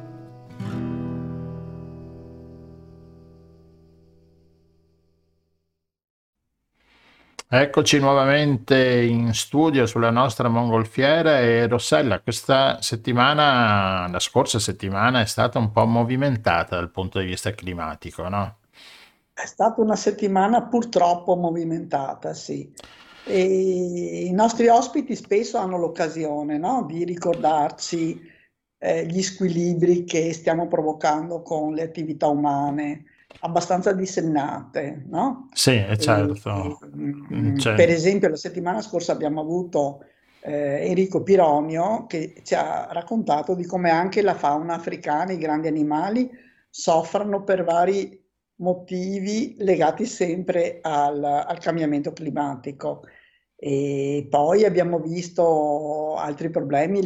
Eccoci nuovamente in studio sulla nostra mongolfiera e Rossella, questa settimana, la scorsa settimana è stata un po' movimentata dal punto di vista climatico, no? È stata una settimana purtroppo movimentata, sì. E i nostri ospiti spesso hanno l'occasione, no, di ricordarci gli squilibri che stiamo provocando con le attività umane, abbastanza dissennate, no? Sì, è E, certo. per esempio, la settimana scorsa abbiamo avuto Enrico Pironio che ci ha raccontato di come anche la fauna africana, i grandi animali, soffrano per vari motivi legati sempre al cambiamento climatico. E poi abbiamo visto altri problemi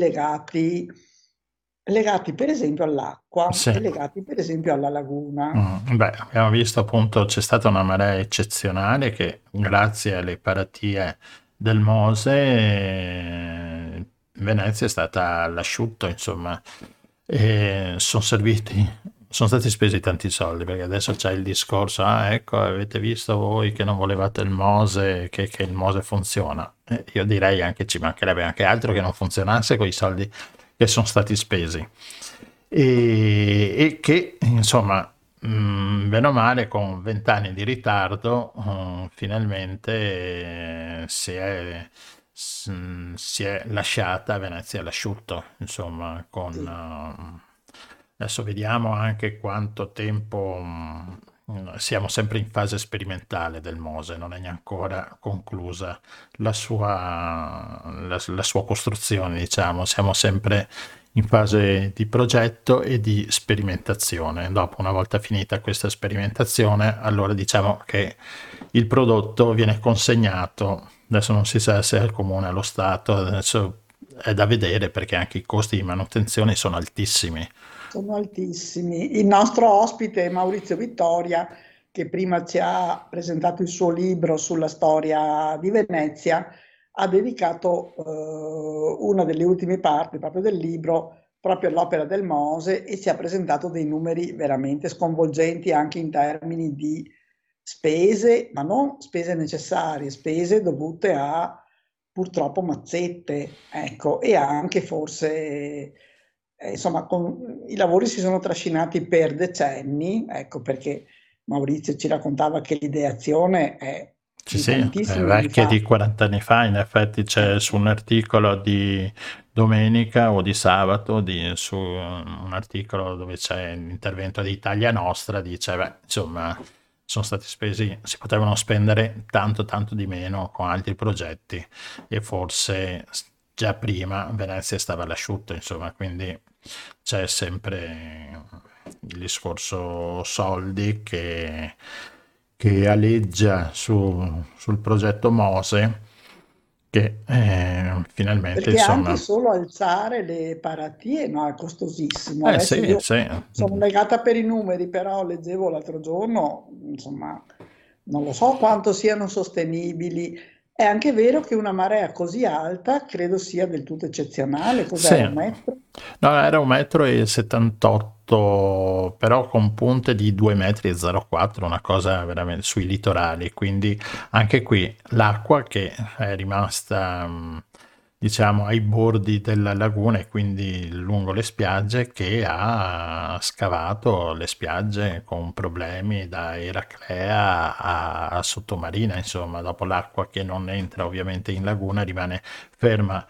legati per esempio all'acqua Sì. e legati per esempio alla laguna. Beh, abbiamo visto appunto c'è stata una marea eccezionale che grazie alle paratie del Mose Venezia è stata all'asciutto, insomma, e sono stati spesi tanti soldi perché adesso c'è il discorso, ecco, avete visto voi che non volevate il Mose, che il Mose funziona. Io direi anche ci mancherebbe anche altro che non funzionasse con i soldi che sono stati spesi. E che insomma, bene o male, con 20 anni di ritardo, finalmente si è lasciata Venezia all'asciutto, insomma, Sì. adesso vediamo anche quanto tempo siamo sempre in fase sperimentale del Mose, non è neanche ancora conclusa la sua costruzione, diciamo, siamo sempre in fase di progetto e di sperimentazione. Dopo, una volta finita questa sperimentazione, allora diciamo che il prodotto viene consegnato, adesso non si sa se al comune, allo Stato, adesso è da vedere perché anche i costi di manutenzione sono altissimi. Sono altissimi. Il nostro ospite Maurizio Vittoria, che prima ci ha presentato il suo libro sulla storia di Venezia, ha dedicato una delle ultime parti proprio del libro proprio all'opera del Mose e ci ha presentato dei numeri veramente sconvolgenti anche in termini di spese, ma non spese necessarie, spese dovute a purtroppo mazzette, ecco, e anche forse insomma, i lavori si sono trascinati per decenni, ecco perché Maurizio ci raccontava che l'ideazione è Sì, di sì, è tantissimi anni vecchia fa. di 40 anni fa, in effetti c'è su un articolo di domenica o di sabato, su un articolo dove c'è l'intervento di Italia Nostra, dice, beh, insomma, sono stati spesi, si potevano spendere tanto tanto di meno con altri progetti e forse già prima Venezia stava all'asciutto, insomma, quindi c'è sempre il discorso soldi che aleggia sul progetto Mose, che finalmente, Perché anche insomma, solo alzare le paratie, no, è costosissimo. Adesso sì, io sì. sono legata per i numeri, però leggevo l'altro giorno, insomma, non lo so quanto siano sostenibili. È anche vero che una marea così alta credo sia del tutto eccezionale. Cos'era, un Sì, metro? no, era 1,78 m, però con punte di 2,04 m, una cosa veramente sui litorali, quindi anche qui l'acqua che è rimasta, diciamo, ai bordi della laguna e quindi lungo le spiagge, che ha scavato le spiagge con problemi da Eraclea a Sottomarina, insomma, dopo l'acqua che non entra ovviamente in laguna rimane ferma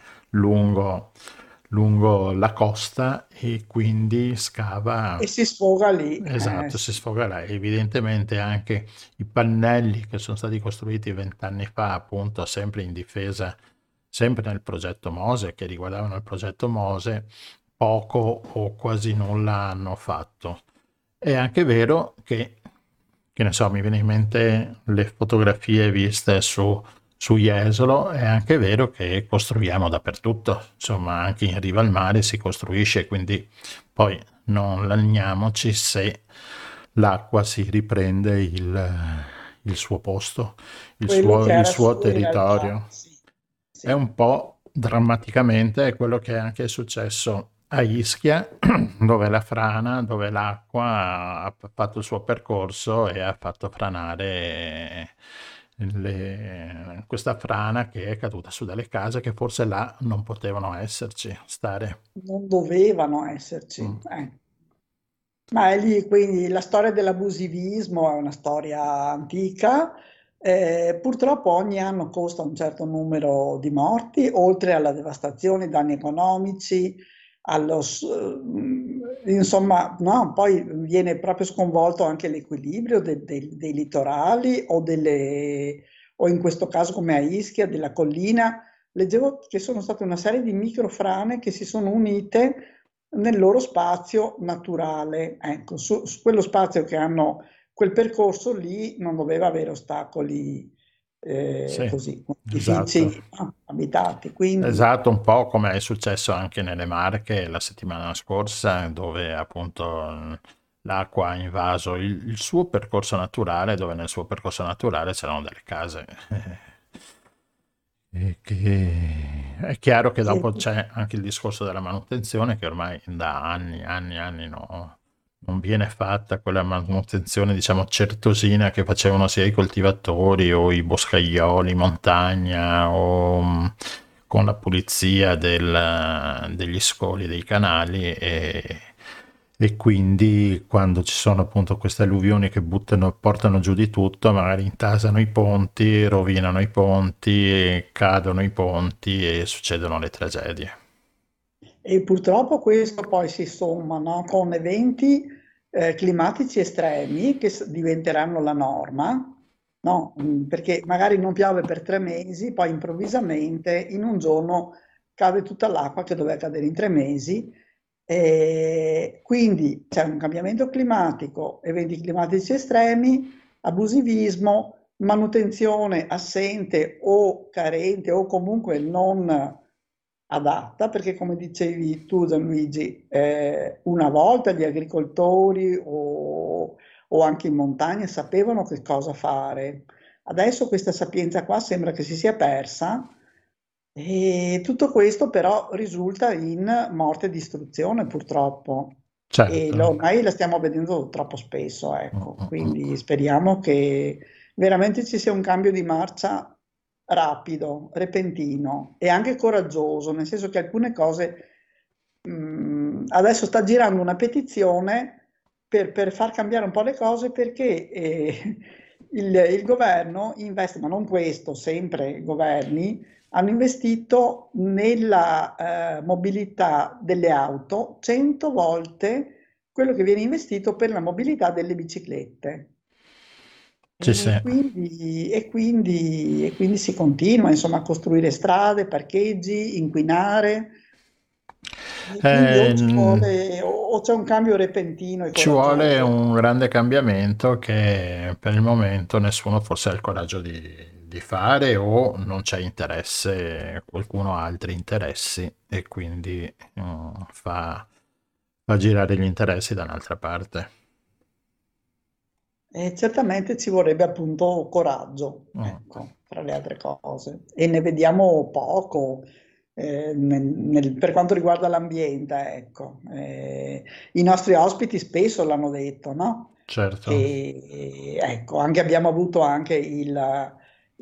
lungo la costa e quindi scava. E si sfoga lì. Esatto, si Sì. sfoga là. Evidentemente anche i pannelli che sono stati costruiti 20 anni fa, appunto, sempre in difesa, sempre nel progetto Mose, che riguardavano il progetto Mose, poco o quasi nulla hanno fatto. È anche vero che ne so, mi viene in mente le fotografie viste su Jesolo, è anche vero che costruiamo dappertutto, insomma anche in riva al mare si costruisce, quindi poi non lagniamoci se l'acqua si riprende il suo posto, Quello che il era suo su in realtà, territorio. sì, È sì. un po' drammaticamente è quello che è anche successo a Ischia, dove la frana, dove l'acqua ha fatto il suo percorso e ha fatto franare questa frana che è caduta su delle case che forse là non potevano esserci, stare. Non dovevano esserci. Mm. Ma è lì, quindi la storia dell'abusivismo è una storia antica. Purtroppo ogni anno costa un certo numero di morti, oltre alla devastazione, ai danni economici, insomma, no, poi viene proprio sconvolto anche l'equilibrio dei litorali o in questo caso come a Ischia, della collina. Leggevo che sono state una serie di microfrane che si sono unite nel loro spazio naturale. Ecco, su quello spazio che hanno quel percorso lì non doveva avere ostacoli Sì, così, esatto. edifici abitati. Quindi Esatto, un po' come è successo anche nelle Marche la settimana scorsa, dove appunto l'acqua ha invaso il suo percorso naturale, dove nel suo percorso naturale c'erano delle case. E che è chiaro che sì, dopo c'è anche il discorso della manutenzione, che ormai da anni non viene fatta quella manutenzione, diciamo, certosina che facevano sia i coltivatori o i boscaioli in montagna o con la pulizia degli scoli dei canali e quindi quando ci sono appunto queste alluvioni che portano giù di tutto, magari intasano i ponti, rovinano i ponti, cadono i ponti e succedono le tragedie. e purtroppo questo poi si somma, no, con eventi climatici estremi che diventeranno la norma, no? Perché magari non piove per 3 mesi, poi improvvisamente in un giorno cade tutta l'acqua che doveva cadere in 3 mesi. Quindi c'è un cambiamento climatico, eventi climatici estremi, abusivismo, manutenzione assente o carente o comunque non adatta, perché come dicevi tu Gianluigi, una volta gli agricoltori o anche in montagna sapevano che cosa fare. Adesso questa sapienza qua sembra che si sia persa e tutto questo però risulta in morte e distruzione purtroppo. E Certo. ormai la stiamo vedendo troppo spesso, ecco. Quindi speriamo che veramente ci sia un cambio di marcia rapido, repentino e anche coraggioso, nel senso che alcune cose adesso sta girando una petizione per far cambiare un po' le cose, perché il governo investe, ma non questo, sempre i governi hanno investito nella mobilità delle auto 100 volte quello che viene investito per la mobilità delle biciclette. Sì, sì. E quindi si continua, insomma, a costruire strade, parcheggi, inquinare. E quindi o c'è un cambio repentino e Ci vuole coraggioso. un grande cambiamento che per il momento nessuno forse ha il coraggio di fare, o non c'è interesse, qualcuno ha altri interessi e quindi fa girare gli interessi da un'altra parte. E certamente ci vorrebbe appunto coraggio, ecco, tra le altre cose. E ne vediamo poco per quanto riguarda l'ambiente, ecco. I nostri ospiti spesso l'hanno detto, no? Certo. Ecco, abbiamo avuto anche il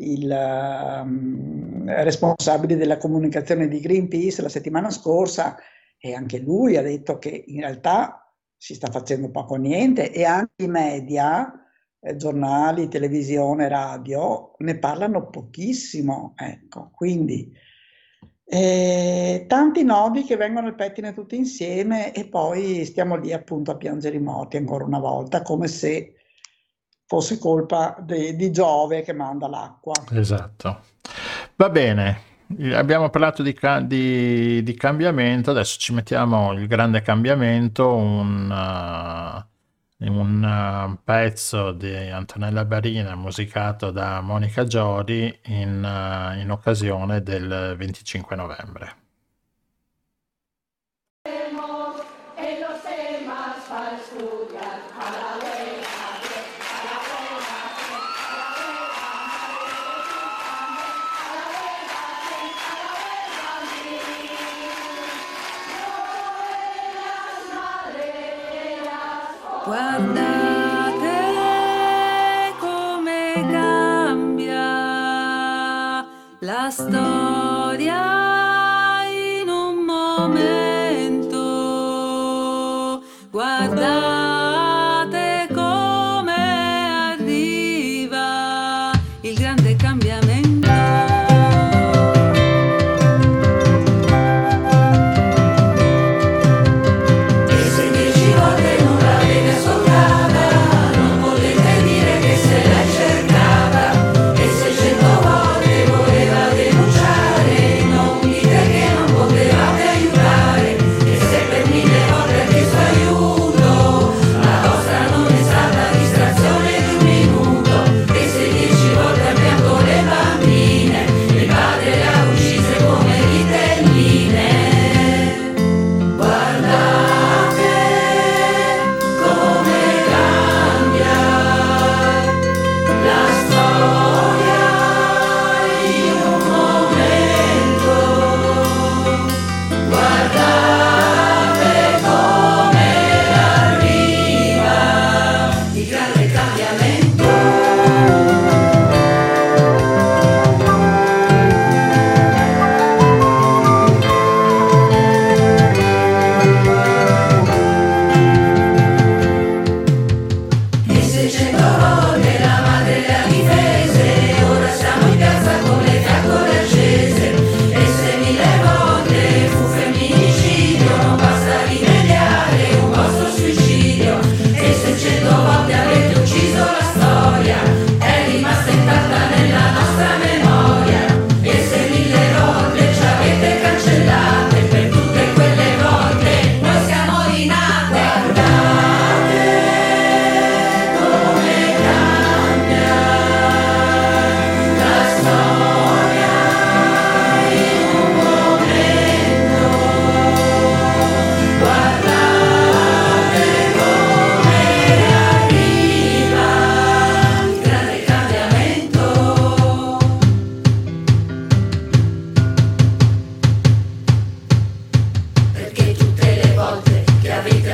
responsabile della comunicazione di Greenpeace la settimana scorsa, e anche lui ha detto che in realtà si sta facendo poco o niente, e anche i media, giornali, televisione, radio, ne parlano pochissimo, ecco, quindi tanti nodi che vengono al pettine tutti insieme e poi stiamo lì appunto a piangere i morti ancora una volta, come se fosse colpa di Giove che manda l'acqua. Esatto. Va bene. Abbiamo parlato di cambiamento, adesso ci mettiamo il grande cambiamento, un pezzo di Antonella Barina musicato da Monica Giodi in occasione del 25 novembre. Guardate come cambia la storia in un momento. Guardate come arriva il grande cambiamento. Cercata, e se 100 volte voleva denunciare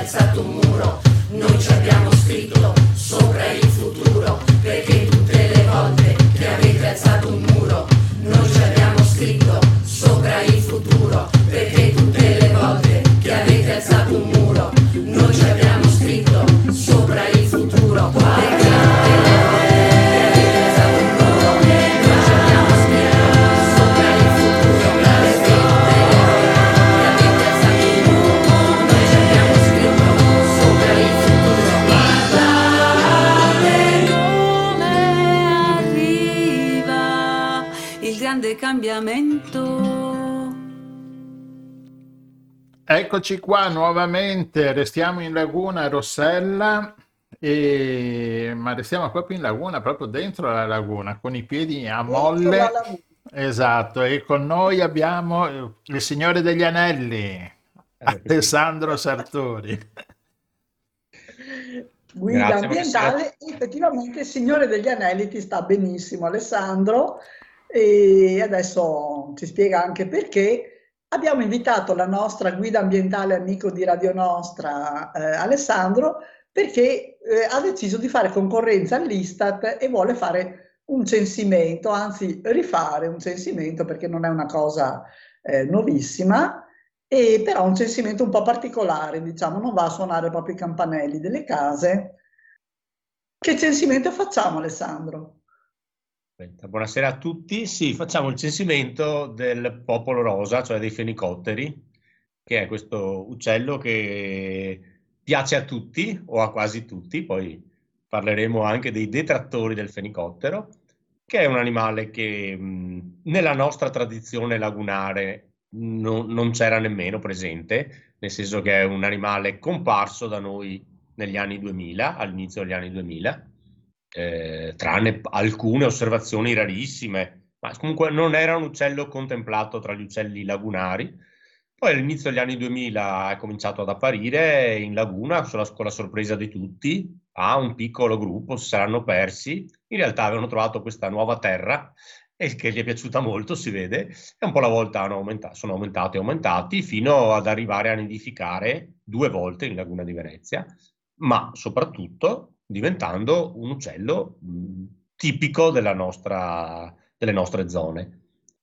alzato un muro, noi ci abbiamo scritto sopra il futuro, perché tutte le volte che avete alzato un muro, noi ci abbiamo scritto sopra il futuro, perché tutte le volte che avete alzato un muro, noi ci abbiamo scritto sopra il futuro, perché tutte le volte che avete alzato un muro, noi ci abbiamo scritto sopra il futuro, perché tutte le volte che avete alzato un muro, noi ci abbiamo scritto sopra il futuro. Guardate come arriva il grande cambiamento. Eccoci qua nuovamente, restiamo in laguna Rossella, ma restiamo proprio in laguna, proprio dentro la laguna, con i piedi a molle. Esatto, e con noi abbiamo il Signore degli Anelli, Alessandro Sartori. Guida Grazie, ambientale, effettivamente il Signore degli Anelli ti sta benissimo, Alessandro, e adesso ci spiega anche perché. Abbiamo invitato la nostra guida ambientale amico di Radio Nostra, Alessandro, perché ha deciso di fare concorrenza all'Istat e vuole fare un censimento, anzi rifare un censimento, perché non è una cosa nuovissima, e però un censimento un po' particolare, diciamo, non va a suonare proprio i campanelli delle case. Che censimento facciamo, Alessandro? Buonasera a tutti. Sì, facciamo il censimento del popolo rosa, cioè dei fenicotteri, che è questo uccello che piace a tutti o a quasi tutti. Poi parleremo anche dei detrattori del fenicottero, che è un animale che nella nostra tradizione lagunare non c'era nemmeno presente, nel senso che è un animale comparso da noi negli anni 2000, all'inizio degli anni 2000. Tranne alcune osservazioni rarissime, ma comunque non era un uccello contemplato tra gli uccelli lagunari. Poi all'inizio degli anni 2000 è cominciato ad apparire in laguna con la sorpresa di tutti. Un piccolo gruppo si saranno persi, in realtà avevano trovato questa nuova terra e che gli è piaciuta molto, si vede, e un po' alla volta sono aumentati fino ad arrivare a nidificare 2 volte in laguna di Venezia, ma soprattutto diventando un uccello tipico delle nostre zone.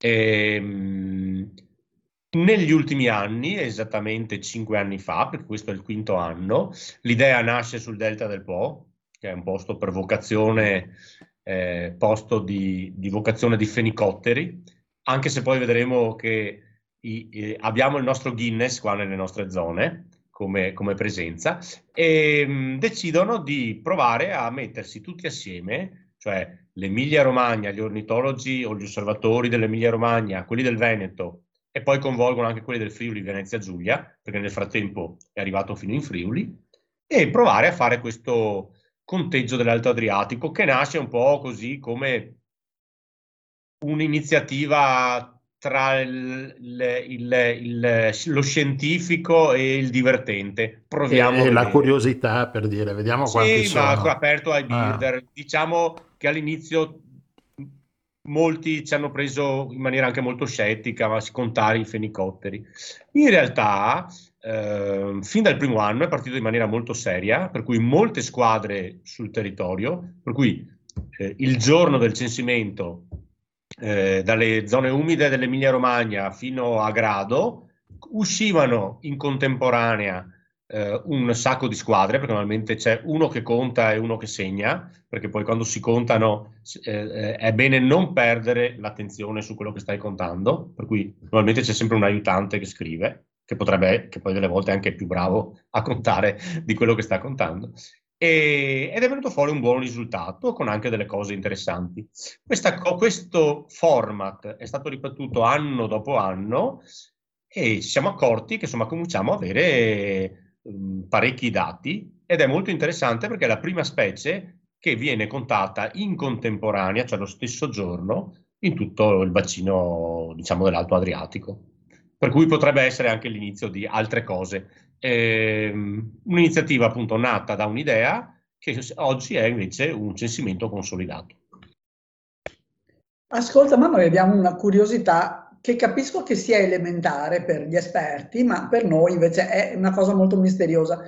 Negli ultimi anni, esattamente 5 anni fa, perché questo è il 5º anno, l'idea nasce sul Delta del Po, che è un posto per vocazione, posto di vocazione di fenicotteri, anche se poi vedremo che abbiamo il nostro Guinness qua nelle nostre zone, come presenza, e decidono di provare a mettersi tutti assieme, cioè l'Emilia Romagna, gli ornitologi o gli osservatori dell'Emilia Romagna, quelli del Veneto, e poi coinvolgono anche quelli del Friuli Venezia Giulia, perché nel frattempo è arrivato fino in Friuli, e provare a fare questo conteggio dell'Alto Adriatico, che nasce un po' così come un'iniziativa tra lo scientifico e il divertente. Proviamo e la curiosità, per dire, vediamo quanti sono. Sì, ma aperto ai builder. Diciamo che all'inizio molti ci hanno preso in maniera anche molto scettica a scontare i fenicotteri. In realtà, fin dal primo anno è partito in maniera molto seria, per cui molte squadre sul territorio, per cui il giorno del censimento, dalle zone umide dell'Emilia Romagna fino a Grado, uscivano in contemporanea un sacco di squadre, perché normalmente c'è uno che conta e uno che segna, perché poi quando si contano è bene non perdere l'attenzione su quello che stai contando, per cui normalmente c'è sempre un aiutante che scrive, che poi delle volte è anche più bravo a contare di quello che sta contando. Ed è venuto fuori un buon risultato con anche delle cose interessanti. Questo format è stato ripetuto anno dopo anno e ci siamo accorti che insomma cominciamo a avere parecchi dati, ed è molto interessante perché è la prima specie che viene contata in contemporanea, cioè lo stesso giorno, in tutto il bacino, diciamo, dell'Alto Adriatico. Per cui potrebbe essere anche l'inizio di altre cose. Un'iniziativa appunto nata da un'idea che oggi è invece un censimento consolidato. Ascolta, ma noi abbiamo una curiosità che capisco che sia elementare per gli esperti, ma per noi invece è una cosa molto misteriosa.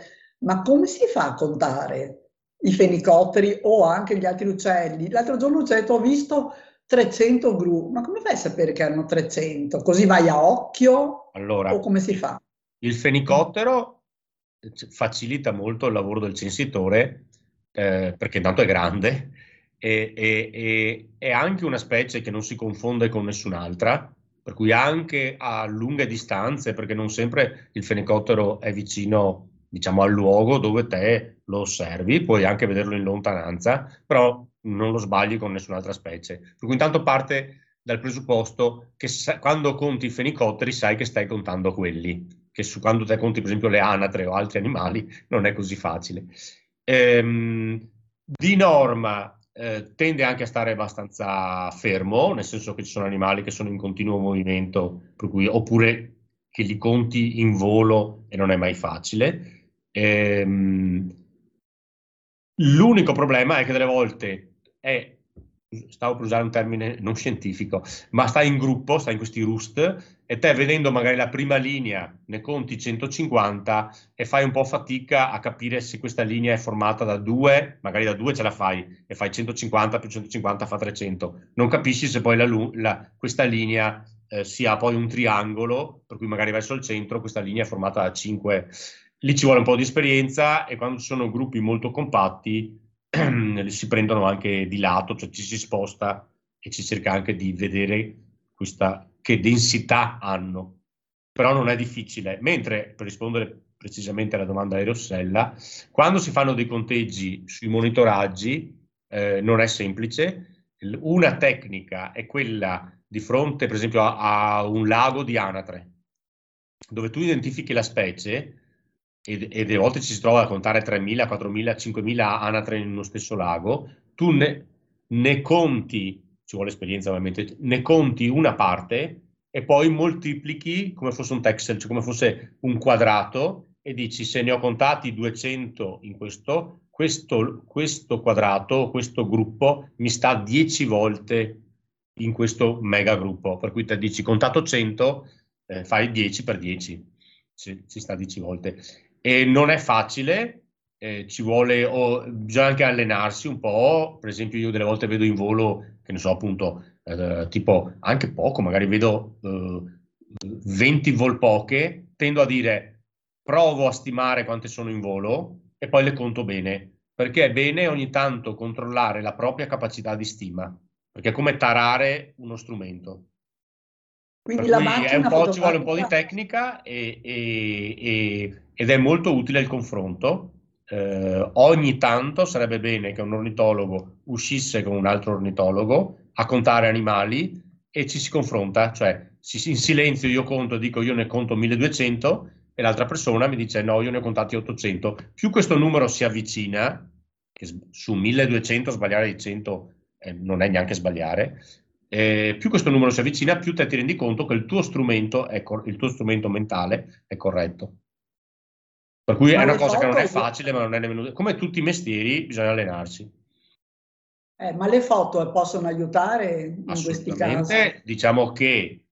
Ma come si fa a contare i fenicotteri o anche gli altri uccelli? L'altro giorno ho visto 300 gru, ma come fai a sapere che hanno 300? Così vai a occhio Allora, o come si fa? il fenicottero facilita molto il lavoro del censitore, perché intanto è grande e è anche una specie che non si confonde con nessun'altra, per cui anche a lunghe distanze, perché non sempre il fenicottero è vicino, diciamo, al luogo dove te lo osservi, puoi anche vederlo in lontananza, però non lo sbagli con nessun'altra specie. Per cui intanto parte dal presupposto che quando conti i fenicotteri sai che stai contando quelli, che quando te conti per esempio le anatre o altri animali non è così facile. Di norma tende anche a stare abbastanza fermo, nel senso che ci sono animali che sono in continuo movimento, per cui, oppure che li conti in volo e non è mai facile. L'unico problema è che delle volte stavo per usare un termine non scientifico, ma stai in gruppo, stai in questi roost, e te vedendo magari la prima linea ne conti 150 e fai un po' fatica a capire se questa linea è formata da 2, magari da 2 ce la fai e fai 150 più 150 fa 300, non capisci se poi questa linea sia poi un triangolo, per cui magari verso il centro questa linea è formata da 5. Lì ci vuole un po' di esperienza, e quando ci sono gruppi molto compatti si prendono anche di lato, cioè ci si sposta e si cerca anche di vedere che densità hanno. Però non è difficile. Mentre, per rispondere precisamente alla domanda di Rossella, quando si fanno dei conteggi sui monitoraggi non è semplice. Una tecnica è quella di fronte, per esempio, a un lago di anatre, dove tu identifichi la specie e delle volte ci si trova a contare 3.000, 4.000, 5.000 anatre in uno stesso lago, tu ne conti, ci vuole esperienza ovviamente, ne conti una parte e poi moltiplichi come fosse un texel, cioè come fosse un quadrato, e dici: se ne ho contati 200 in questo quadrato, questo gruppo mi sta 10 volte in questo mega gruppo, per cui te dici contato 100, fai 10 per 10, ci sta 10 volte. E non è facile, bisogna anche allenarsi un po'. Per esempio io delle volte vedo in volo, che ne so, appunto, tipo anche poco, magari vedo 20 volpoche, tendo a dire provo a stimare quante sono in volo e poi le conto bene, perché è bene ogni tanto controllare la propria capacità di stima, perché è come tarare uno strumento. Quindi per la cui ci vuole un po' di tecnica ed è molto utile il confronto. Ogni tanto sarebbe bene che un ornitologo uscisse con un altro ornitologo a contare animali e ci si confronta, cioè in silenzio io conto, dico io ne conto 1200 e l'altra persona mi dice no, io ne ho contati 800. Più questo numero si avvicina, che su 1200 sbagliare di 100 non è neanche sbagliare, più questo numero si avvicina, più te ti rendi conto che il tuo strumento mentale è corretto. Per cui è una cosa che non è facile, ma non è nemmeno... Come tutti i mestieri, bisogna allenarsi. Ma le foto possono aiutare in questi casi? Diciamo che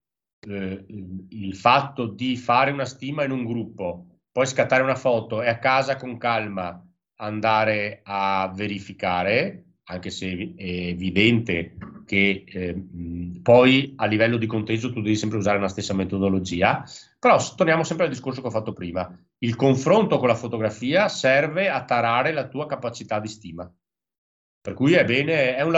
il fatto di fare una stima in un gruppo, poi scattare una foto e a casa con calma andare a verificare, anche se è evidente che poi a livello di conteggio tu devi sempre usare la stessa metodologia, però torniamo sempre al discorso che ho fatto prima. Il confronto con la fotografia serve a tarare la tua capacità di stima, per cui è bene, è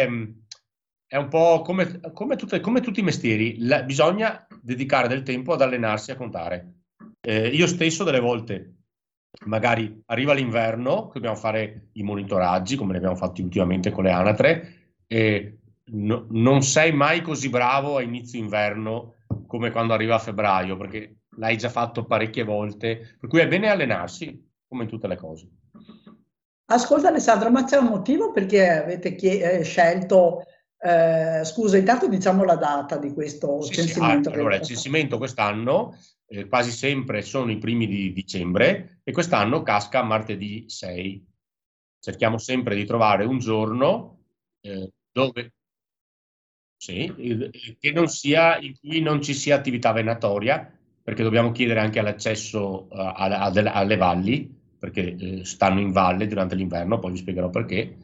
un po' come tutti i mestieri, bisogna dedicare del tempo ad allenarsi a contare. Io stesso delle volte, magari arriva l'inverno, dobbiamo fare i monitoraggi, come ne abbiamo fatti ultimamente con le anatre, e non sei mai così bravo a inizio inverno come quando arriva a febbraio, perché l'hai già fatto parecchie volte, per cui è bene allenarsi, come in tutte le cose. Ascolta Alessandro, ma c'è un motivo perché avete scelto, scusa, intanto diciamo la data di questo censimento. Allora, il censimento quest'anno quasi sempre sono i primi di dicembre e quest'anno casca martedì 6. Cerchiamo sempre di trovare un giorno dove che non sia, in cui non ci sia attività venatoria, perché dobbiamo chiedere anche l'accesso alle valli, perché stanno in valle durante l'inverno, poi vi spiegherò perché.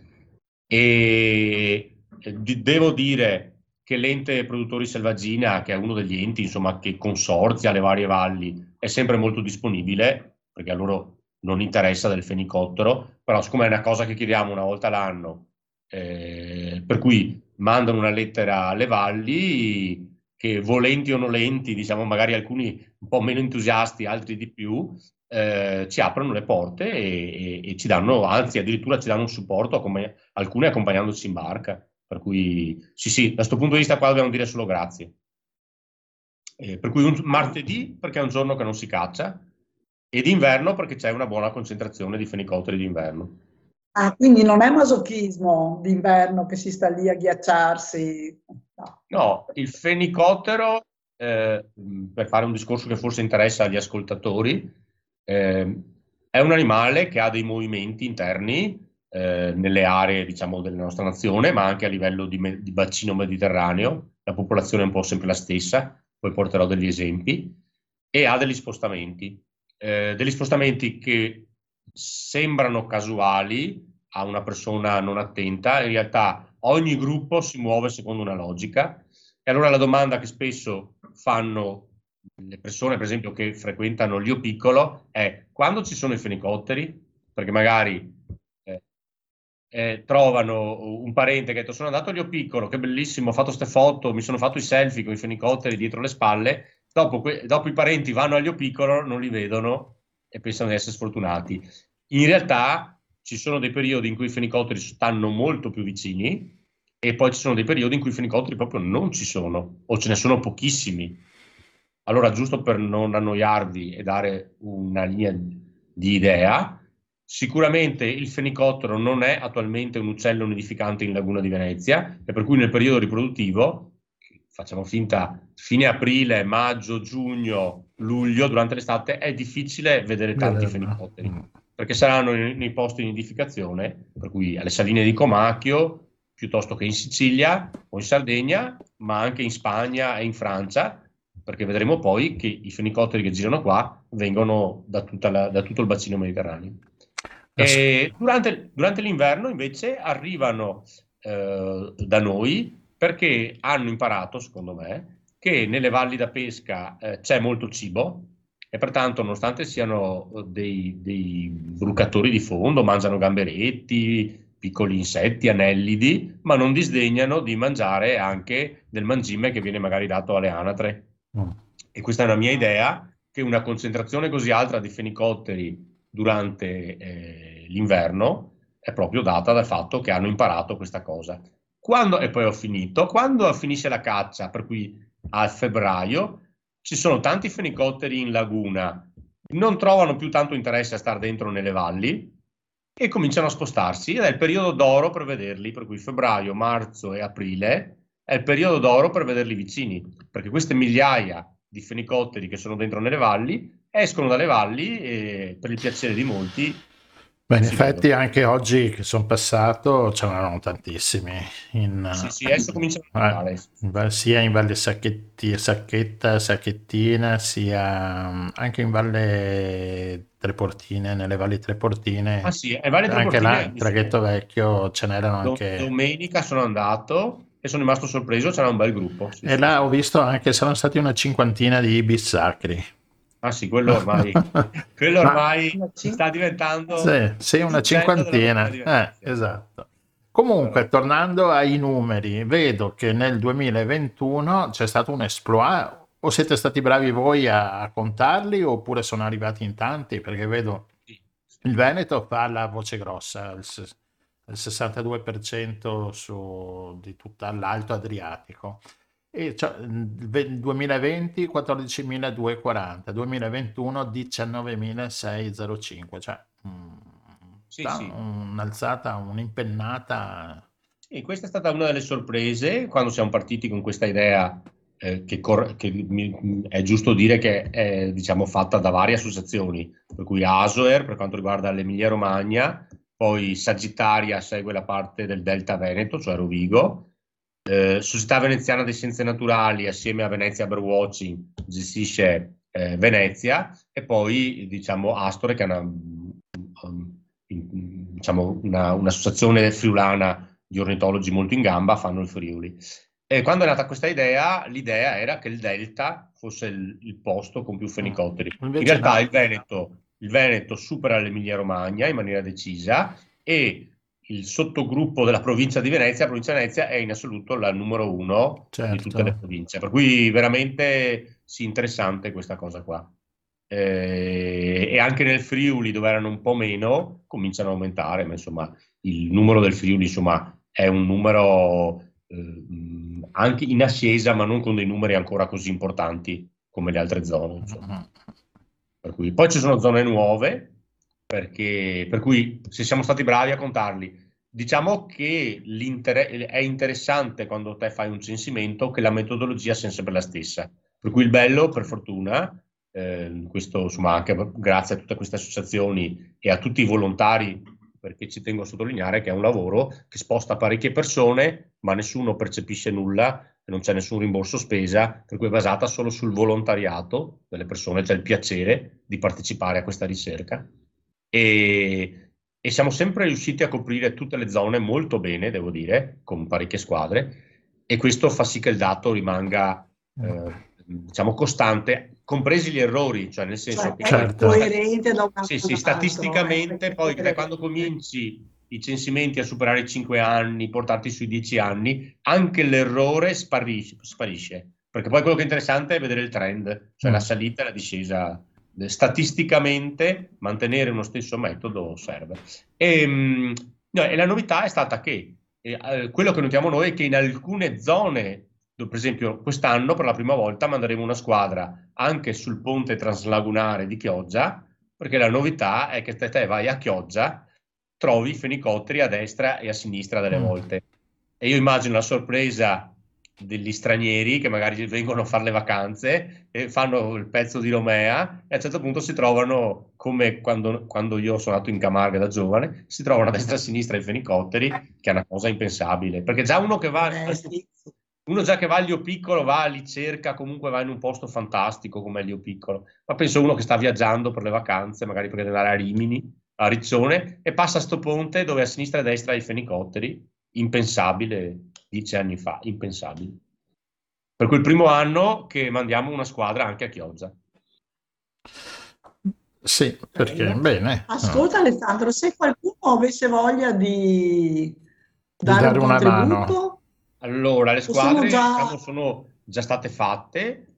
E devo dire che l'ente produttori selvaggina, che è uno degli enti, insomma, che consorzia le varie valli, è sempre molto disponibile, perché a loro non interessa del fenicottero, però siccome è una cosa che chiediamo una volta l'anno, per cui mandano una lettera alle valli che, volenti o nolenti, diciamo, magari alcuni un po' meno entusiasti, altri di più, ci aprono le porte e ci danno, anzi addirittura ci danno un supporto, alcuni accompagnandoci in barca. Per cui sì, da questo punto di vista qua dobbiamo dire solo grazie. Per cui un martedì perché è un giorno che non si caccia, e d'inverno perché c'è una buona concentrazione di fenicotteri d'inverno. Ah, quindi non è masochismo d'inverno che si sta lì a ghiacciarsi? No, il fenicottero, per fare un discorso che forse interessa agli ascoltatori, è un animale che ha dei movimenti interni nelle aree, diciamo, della nostra nazione, ma anche a livello di bacino mediterraneo. La popolazione è un po' sempre la stessa, poi porterò degli esempi, e ha degli spostamenti che sembrano casuali a una persona non attenta. In realtà ogni gruppo si muove secondo una logica, e allora la domanda che spesso fanno le persone, per esempio, che frequentano l'Io Piccolo, è: quando ci sono i fenicotteri? Perché magari trovano un parente che ha detto: sono andato a Io Piccolo, che bellissimo, ho fatto queste foto, mi sono fatto i selfie con i fenicotteri dietro le spalle. Dopo i parenti vanno a Io Piccolo, non li vedono e pensano di essere sfortunati. In realtà ci sono dei periodi in cui i fenicotteri stanno molto più vicini, e poi ci sono dei periodi in cui i fenicotteri proprio non ci sono, o ce ne sono pochissimi. Allora, giusto per non annoiarvi e dare una linea di idea, sicuramente il fenicottero non è attualmente un uccello nidificante in Laguna di Venezia, e per cui nel periodo riproduttivo, facciamo finta fine aprile, maggio, giugno, luglio, durante l'estate, è difficile vedere tanti fenicotteri, perché saranno nei posti di nidificazione, per cui alle saline di Comacchio, piuttosto che in Sicilia o in Sardegna, ma anche in Spagna e in Francia, perché vedremo poi che i fenicotteri che girano qua vengono da tutto il bacino mediterraneo. E durante l'inverno invece arrivano da noi perché hanno imparato, secondo me, che nelle valli da pesca c'è molto cibo, e pertanto, nonostante siano dei brucatori di fondo, mangiano gamberetti, piccoli insetti, anellidi, ma non disdegnano di mangiare anche del mangime che viene magari dato alle anatre. E questa è una mia idea, che una concentrazione così alta di fenicotteri durante l'inverno è proprio data dal fatto che hanno imparato questa cosa. E poi ho finito. Quando finisce la caccia, per cui a febbraio, ci sono tanti fenicotteri in laguna, non trovano più tanto interesse a stare dentro nelle valli e cominciano a spostarsi, ed è il periodo d'oro per vederli, per cui febbraio, marzo e aprile è il periodo d'oro per vederli vicini, perché queste migliaia di fenicotteri che sono dentro nelle valli escono dalle valli e, per il piacere di molti, beh, in effetti anche oggi che sono passato ce n'erano tantissimi sì, adesso cominciano a arrivare, sia in Valle Sacchettina, sia anche in Valle Treportine, nelle valli Treportine. Anche là, Traghetto Vecchio, ce n'erano anche. Domenica sono andato e sono rimasto sorpreso, c'era un bel gruppo. E là ho visto anche, saranno stati una cinquantina di ibis sacri. Ah sì, quello ormai sta diventando... Sì, una cinquantina, esatto. Comunque, tornando ai numeri, vedo che nel 2021 c'è stato un exploit, o siete stati bravi voi a contarli, oppure sono arrivati in tanti, perché vedo il Veneto fa la voce grossa, il 62% di tutta l'Alto Adriatico. E nel 2020 14.240, 2021 19.605, cioè un'alzata, un'impennata. E questa è stata una delle sorprese quando siamo partiti con questa idea che è giusto dire che è, diciamo, fatta da varie associazioni, per cui ASOER per quanto riguarda l'Emilia Romagna, poi Sagittaria segue la parte del Delta Veneto, cioè Rovigo, Società Veneziana di Scienze Naturali assieme a Venezia Birdwatching gestisce Venezia, e poi, diciamo, Astore, che è diciamo un'associazione friulana di ornitologi molto in gamba, fanno il Friuli. E quando è nata questa idea, l'idea era che il Delta fosse il posto con più fenicotteri. In realtà il Veneto supera l'Emilia-Romagna in maniera decisa, e il sottogruppo della provincia di Venezia, la provincia di Venezia, è in assoluto la numero 1 di tutte le province. Per cui veramente sì, interessante questa cosa qua. E anche nel Friuli, dove erano un po' meno, cominciano a aumentare, ma insomma il numero del Friuli insomma è un numero anche in ascesa, ma non con dei numeri ancora così importanti come le altre zone, insomma. Per cui poi ci sono zone nuove, per cui se siamo stati bravi a contarli, diciamo che è interessante quando te fai un censimento che la metodologia sia sempre la stessa, per cui il bello, per fortuna, questo insomma anche grazie a tutte queste associazioni e a tutti i volontari, perché ci tengo a sottolineare che è un lavoro che sposta parecchie persone, ma nessuno percepisce nulla, non c'è nessun rimborso spesa, per cui è basata solo sul volontariato delle persone, c'è il piacere di partecipare a questa ricerca, e siamo sempre riusciti a coprire tutte le zone molto bene, devo dire, con parecchie squadre, e questo fa sì che il dato rimanga diciamo costante, compresi gli errori, cioè nel senso che è coerente da un anno sì, statisticamente poi quando cominci i censimenti a superare i 5 anni, portarti sui 10 anni, anche l'errore sparisce, perché poi quello che è interessante è vedere il trend, cioè la salita e la discesa. Statisticamente mantenere uno stesso metodo serve. E la novità è stata che quello che notiamo noi è che in alcune zone, per esempio quest'anno per la prima volta manderemo una squadra anche sul ponte translagunare di Chioggia, perché la novità è che te vai a Chioggia, trovi i fenicotteri a destra e a sinistra delle volte, e io immagino la sorpresa degli stranieri che magari vengono a fare le vacanze e fanno il pezzo di Romea, e a un certo punto si trovano, come quando io sono andato in Camarga da giovane, si trovano a destra e a sinistra i fenicotteri, che è una cosa impensabile, perché già uno che va a Lio Piccolo va lì, cerca, comunque va in un posto fantastico come Lio Piccolo, ma penso uno che sta viaggiando per le vacanze, magari per andare a Rimini, a Riccione, e passa a sto ponte dove a sinistra e a destra i fenicotteri, impensabile 10 anni fa, impensabile. Per cui il primo anno che mandiamo una squadra anche a Chioggia. Sì, perché bene. Ascolta Alessandro, se qualcuno avesse voglia di dare un una contributo, mano. Allora, le squadre sono già state fatte,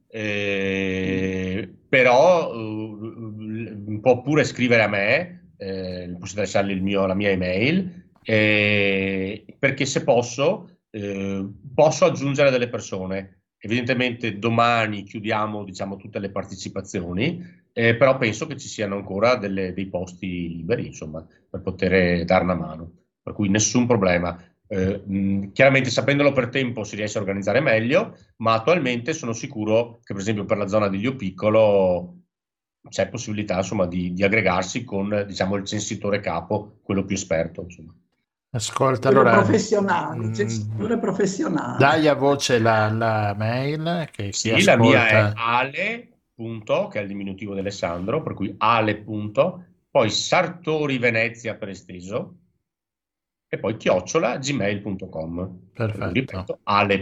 però può pure scrivere a me, posso lasciargli la mia email, perché se posso aggiungere delle persone. Evidentemente domani chiudiamo, diciamo, tutte le partecipazioni, però penso che ci siano ancora dei posti liberi, insomma, per poter dare una mano, per cui nessun problema. Chiaramente sapendolo per tempo si riesce a organizzare meglio, ma attualmente sono sicuro che per esempio per la zona di Lio Piccolo c'è possibilità, insomma, di aggregarsi con, diciamo, il censitore capo, quello più esperto, insomma. Ascolta, allora, professionale. Dai a voce la mail che sì, chi la mia è ascolta... ale. Che è il diminutivo di Alessandro, per cui ale. Poi Sartori Venezia per esteso, e poi @gmail.com. Perfetto. Ripeto,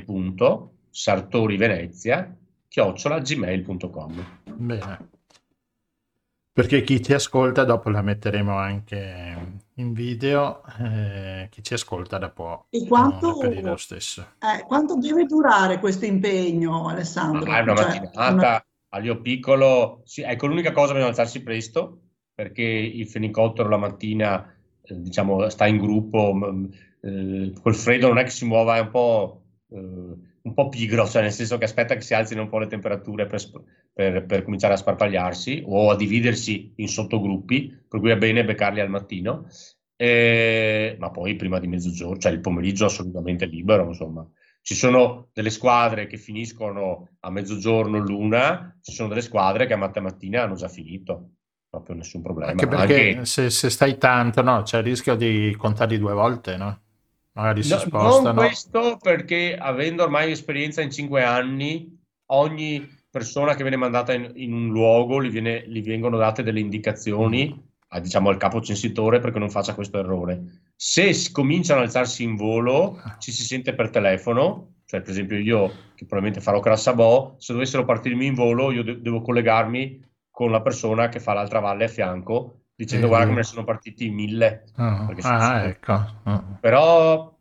ale.sartorivenezia@gmail.com. Bene. Perché chi ci ascolta, dopo la metteremo anche in video, chi ci ascolta la può reperire lo stesso. Quanto deve durare questo impegno, Alessandro? È una mattinata a Lio Piccolo, sì, ecco, l'unica cosa bisogna alzarsi presto, perché il fenicottero la mattina, diciamo, sta in gruppo, col freddo non è che si muova, è un po' pigro, cioè nel senso che aspetta che si alzino un po' le temperature per cominciare a sparpagliarsi o a dividersi in sottogruppi, per cui è bene beccarli al mattino, ma poi prima di mezzogiorno, cioè il pomeriggio assolutamente libero, insomma. Ci sono delle squadre che finiscono a mezzogiorno, l'una, ci sono delle squadre che a mattina hanno già finito, proprio nessun problema. Anche perché se stai tanto, no, c'è il rischio di contarli 2 volte, no? Magari si spostano. Non questo, perché avendo ormai esperienza in 5 anni, ogni persona che viene mandata in un luogo gli vengono date delle indicazioni diciamo, al capo censitore perché non faccia questo errore. Se cominciano ad alzarsi in volo, ci si sente per telefono, cioè per esempio io, che probabilmente farò Crassabò, se dovessero partirmi in volo, io devo collegarmi con la persona che fa l'altra valle a fianco, dicendo guarda che me ne sono partiti 1000. Ecco. Però,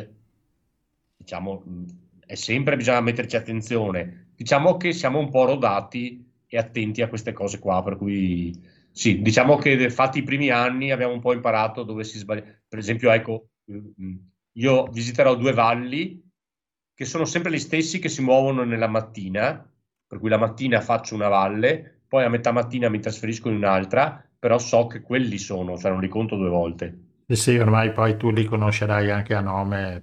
diciamo, è sempre, bisogna metterci attenzione. Diciamo che siamo un po' rodati e attenti a queste cose qua, per cui sì, diciamo che fatti i primi anni abbiamo un po' imparato dove si sbaglia. Per esempio, ecco, io visiterò 2 valli che sono sempre gli stessi che si muovono nella mattina, per cui la mattina faccio una valle, poi a metà mattina mi trasferisco in un'altra, però so che quelli sono, cioè non li conto 2 volte. Sì, ormai poi tu li conoscerai anche a nome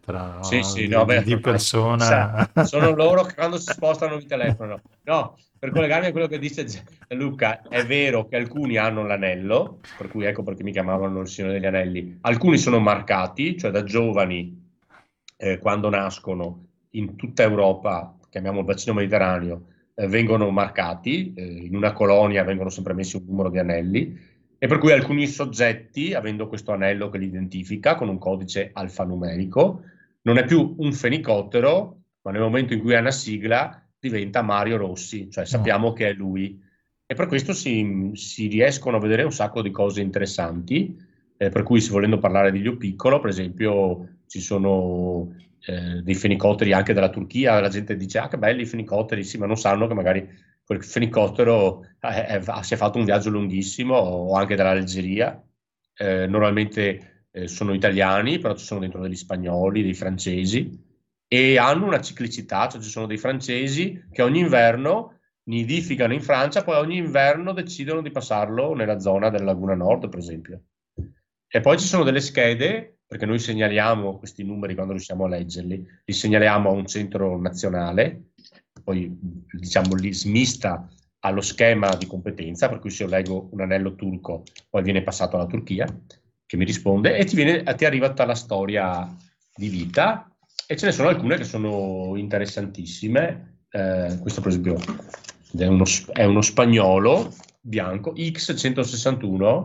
di persona. Sono loro che quando si spostano mi telefonano. No, per collegarmi a quello che dice Luca, è vero che alcuni hanno l'anello, per cui ecco perché mi chiamavano il Signore degli Anelli. Alcuni sono marcati, cioè da giovani, quando nascono in tutta Europa, chiamiamo il bacino mediterraneo, vengono marcati, in una colonia vengono sempre messi un numero di anelli, e per cui alcuni soggetti, avendo questo anello che li identifica con un codice alfanumerico, non è più un fenicottero, ma nel momento in cui ha una sigla diventa Mario Rossi, cioè sappiamo che è lui. E per questo si riescono a vedere un sacco di cose interessanti, per cui, se volendo parlare di Lio Piccolo, per esempio, ci sono dei fenicotteri anche dalla Turchia, la gente dice che belli i fenicotteri, sì, ma non sanno che magari quel fenicottero si è fatto un viaggio lunghissimo, o anche dall'Algeria. Normalmente sono italiani, però ci sono dentro degli spagnoli, dei francesi, e hanno una ciclicità, cioè ci sono dei francesi che ogni inverno nidificano in Francia, poi ogni inverno decidono di passarlo nella zona della Laguna Nord, per esempio. E poi ci sono delle schede, perché noi segnaliamo questi numeri quando riusciamo a leggerli, li segnaliamo a un centro nazionale, poi diciamo li smista allo schema di competenza, per cui se io leggo un anello turco poi viene passato alla Turchia che mi risponde e ti arriva tutta la storia di vita, e ce ne sono alcune che sono interessantissime. Questo per esempio è uno spagnolo bianco X161,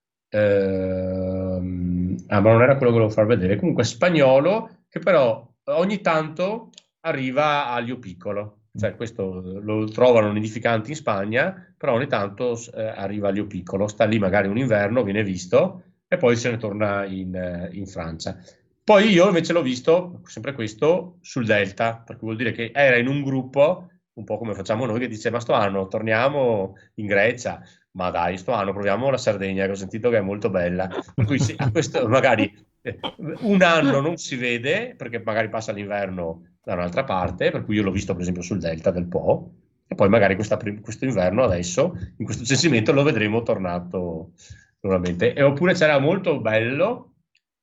ma non era quello che volevo far vedere, comunque spagnolo, che però ogni tanto arriva a Lio Piccolo. Cioè questo lo trovano nidificanti in Spagna, però ogni tanto arriva a Lio Piccolo, sta lì magari un inverno, viene visto e poi se ne torna in Francia. Poi io invece l'ho visto, sempre questo, sul Delta, perché vuol dire che era in un gruppo, un po' come facciamo noi, che dice ma sto anno torniamo in Grecia, ma dai, sto anno proviamo la Sardegna, che ho sentito che è molto bella. Per cui sì, a questo magari un anno non si vede, perché magari passa l'inverno da un'altra parte, per cui io l'ho visto per esempio sul Delta del Po, e poi magari questo inverno adesso, in questo censimento, lo vedremo tornato nuovamente. E oppure c'era molto bello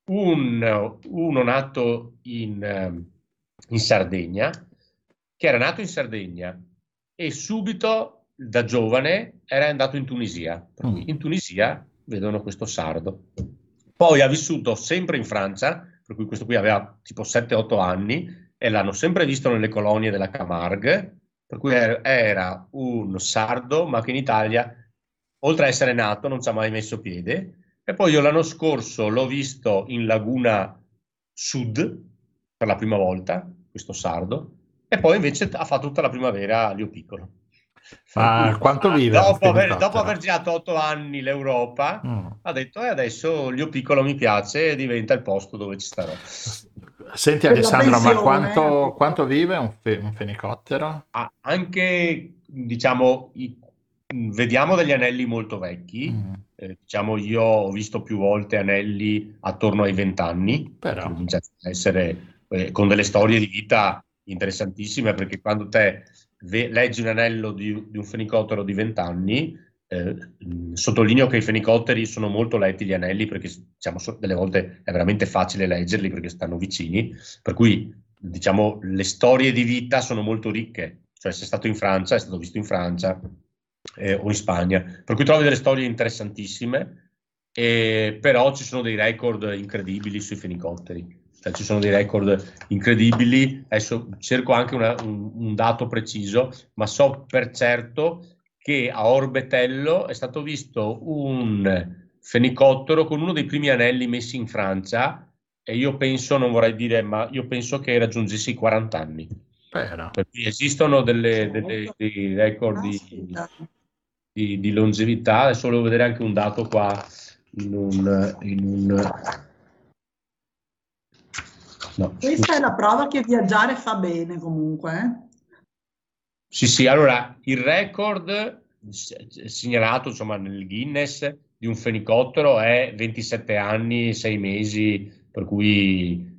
uno nato in Sardegna, che era nato in Sardegna e subito da giovane era andato in Tunisia, per cui in Tunisia vedono questo sardo. Poi ha vissuto sempre in Francia, per cui questo qui aveva tipo 7-8 anni, e l'hanno sempre visto nelle colonie della Camargue, per cui era un sardo, ma che in Italia, oltre a essere nato, non ci ha mai messo piede. E poi io l'anno scorso l'ho visto in Laguna Sud per la prima volta, questo sardo, e poi invece ha fatto tutta la primavera a Lio Piccolo. Ma quanto vive? Dopo aver girato 8 anni l'Europa, ha detto adesso Lio Piccolo mi piace e diventa il posto dove ci starò. Senti Alessandro, ma quanto vive un fenicottero? Anche, diciamo, vediamo degli anelli molto vecchi. Diciamo, io ho visto più volte anelli attorno ai 20 anni, però che comincia a essere con delle storie di vita interessantissime, perché quando te leggi un anello di un fenicottero di 20 anni, sottolineo che i fenicotteri sono molto letti, gli anelli, perché diciamo, delle volte è veramente facile leggerli perché stanno vicini, per cui diciamo le storie di vita sono molto ricche, cioè se è stato in Francia è stato visto in Francia o in Spagna, per cui trovi delle storie interessantissime, però ci sono dei record incredibili sui fenicotteri. Cioè, ci sono dei record incredibili. Adesso cerco anche un dato preciso, ma so per certo che a Orbetello è stato visto un fenicottero con uno dei primi anelli messi in Francia, e io penso, non vorrei dire, ma io penso che raggiungesse i 40 anni. Per cui esistono dei record di longevità. Adesso volevo vedere anche un dato qua No, questa è la prova che viaggiare fa bene comunque. Sì, allora il record segnalato insomma nel Guinness di un fenicottero è 27 anni, 6 mesi, per cui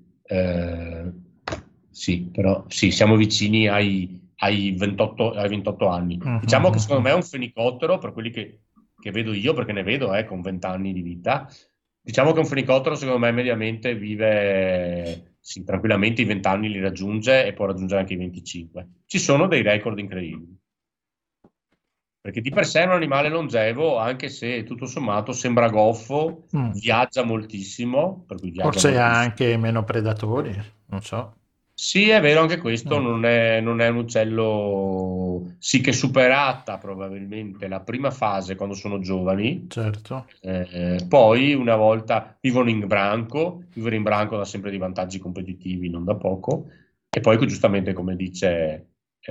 siamo vicini ai 28 anni. Diciamo che secondo me un fenicottero, per quelli che vedo io, perché ne vedo con 20 anni di vita, diciamo che un fenicottero secondo me mediamente vive tranquillamente i 20 anni, li raggiunge, e può raggiungere anche i 25. Ci sono dei record incredibili, perché di per sé è un animale longevo, anche se tutto sommato sembra goffo, viaggia moltissimo, per cui forse ha anche meno predatori, non so. Sì, è vero, anche questo non è un uccello, sì, che superata probabilmente la prima fase quando sono giovani. Certo. Poi una volta vivono in branco, vivere in branco dà sempre dei vantaggi competitivi, non da poco, e poi giustamente come dice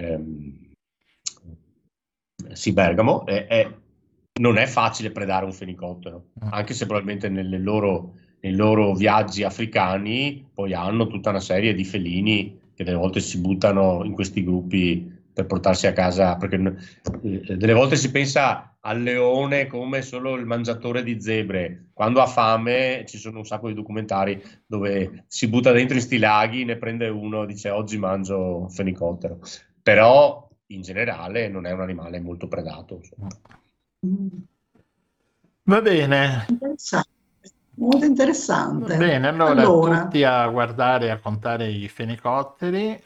Bergamo, non è facile predare un fenicottero, anche se probabilmente nei loro viaggi africani poi hanno tutta una serie di felini che delle volte si buttano in questi gruppi per portarsi a casa, perché delle volte si pensa al leone come solo il mangiatore di zebre. Quando ha fame ci sono un sacco di documentari dove si butta dentro in sti laghi, ne prende uno, dice oggi mangio un fenicottero, però in generale non è un animale molto predato. Va bene. Molto interessante. Bene, allora tutti a guardare e a contare i fenicotteri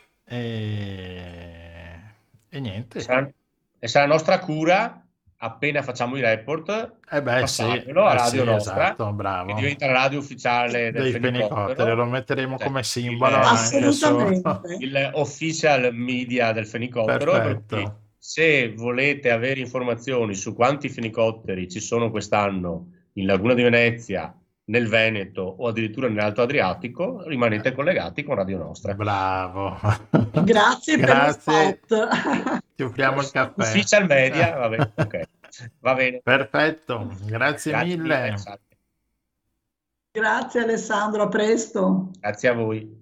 e niente. E sarà nostra cura, appena facciamo i report, passarvelo a Radio Nostra, esatto, bravo, che diventa la radio ufficiale del fenicottero. Lo metteremo come simbolo il official media del fenicottero. Per cui, se volete avere informazioni su quanti fenicotteri ci sono quest'anno in Laguna di Venezia, nel Veneto o addirittura nell'Alto Adriatico, rimanete collegati con Radio Nostra. Bravo. Grazie per lo spot. Ti offriamo il caffè. Ufficial media, va bene. Okay. Va bene. Perfetto, grazie mille. Grazie Alessandro, a presto. Grazie a voi.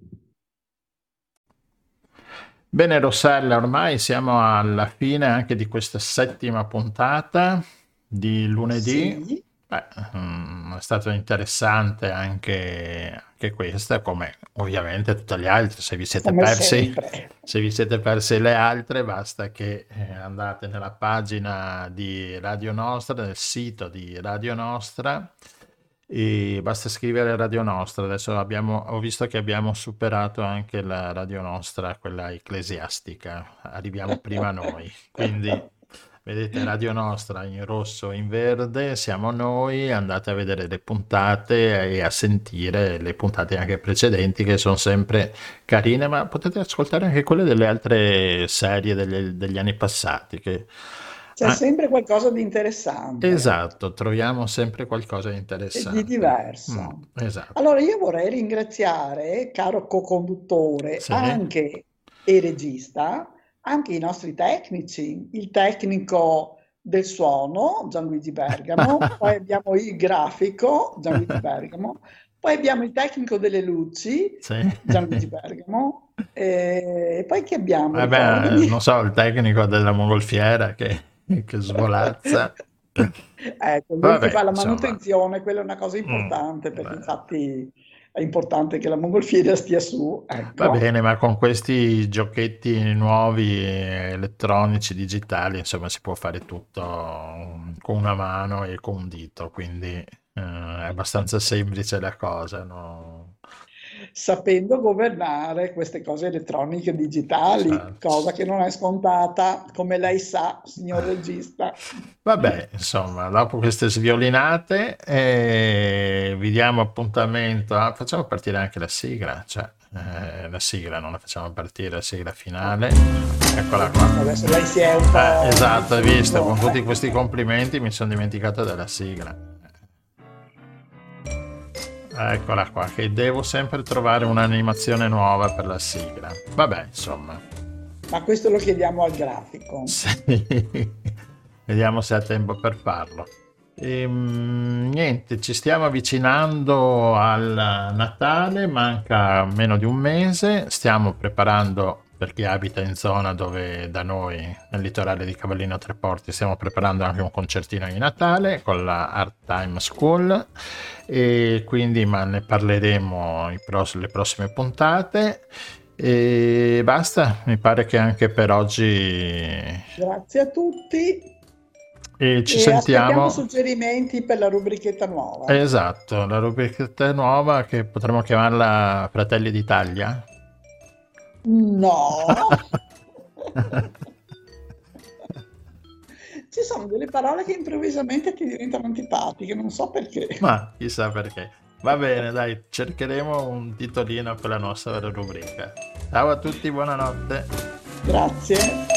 Bene Rossella, ormai siamo alla fine anche di questa 7ª puntata di lunedì. Sì. È stato interessante anche questa, come ovviamente tutte le altre. Se vi siete persi le altre, basta che andate nella pagina di Radio Nostra, nel sito di Radio Nostra, e basta scrivere Radio Nostra. Adesso ho visto che abbiamo superato anche la Radio Nostra, quella ecclesiastica, arriviamo prima noi, quindi vedete Radio Nostra in rosso e in verde, siamo noi, andate a vedere le puntate e a sentire le puntate anche precedenti, che sono sempre carine, ma potete ascoltare anche quelle delle altre serie degli anni passati. C'è sempre qualcosa di interessante. Esatto, troviamo sempre qualcosa di interessante. E di diverso. Esatto. Allora io vorrei ringraziare, caro co-conduttore, anche e regista, anche i nostri tecnici, il tecnico del suono, Gianluigi Bergamo, poi abbiamo il grafico, Gianluigi Bergamo, poi abbiamo il tecnico delle luci, Gianluigi Bergamo, e poi che abbiamo? Non so, il tecnico della mongolfiera che svolazza. Ecco, lui che fa la manutenzione, quella è una cosa importante, perché infatti è importante che la mongolfiera stia su. Ecco. Va bene, ma con questi giochetti nuovi, elettronici, digitali, insomma, si può fare tutto con una mano e con un dito, quindi è abbastanza semplice la cosa, no? Sapendo governare queste cose elettroniche digitali, cosa che non è scontata, come lei sa, signor regista. Vabbè, insomma, dopo queste sviolinate vi diamo appuntamento. Facciamo partire anche la sigla, la sigla non la facciamo partire, la sigla finale. Eccola qua. Adesso lei si è un po'... esatto, hai visto, con tutti questi complimenti mi sono dimenticato della sigla. Eccola qua, che devo sempre trovare un'animazione nuova per la sigla. Vabbè, insomma. Ma questo lo chiediamo al grafico. Sì. Vediamo se ha tempo per farlo. Niente, ci stiamo avvicinando al Natale, manca meno di un mese, stiamo preparando, per chi abita in zona dove da noi, nel litorale di Cavallino Treporti, stiamo preparando anche un concertino di Natale con la Art Time School, e quindi ne parleremo le prossime puntate. E basta, mi pare che anche per oggi. Grazie a tutti. E ci aspettiamo sentiamo. Suggerimenti per la rubrichetta nuova. Esatto, la rubrichetta nuova che potremmo chiamarla Fratelli d'Italia. No. Ci sono delle parole che improvvisamente ti diventano antipatiche, non so perché. Ma chissà perché. Va bene, dai, cercheremo un titolino per la nostra rubrica. Ciao a tutti, buonanotte. Grazie.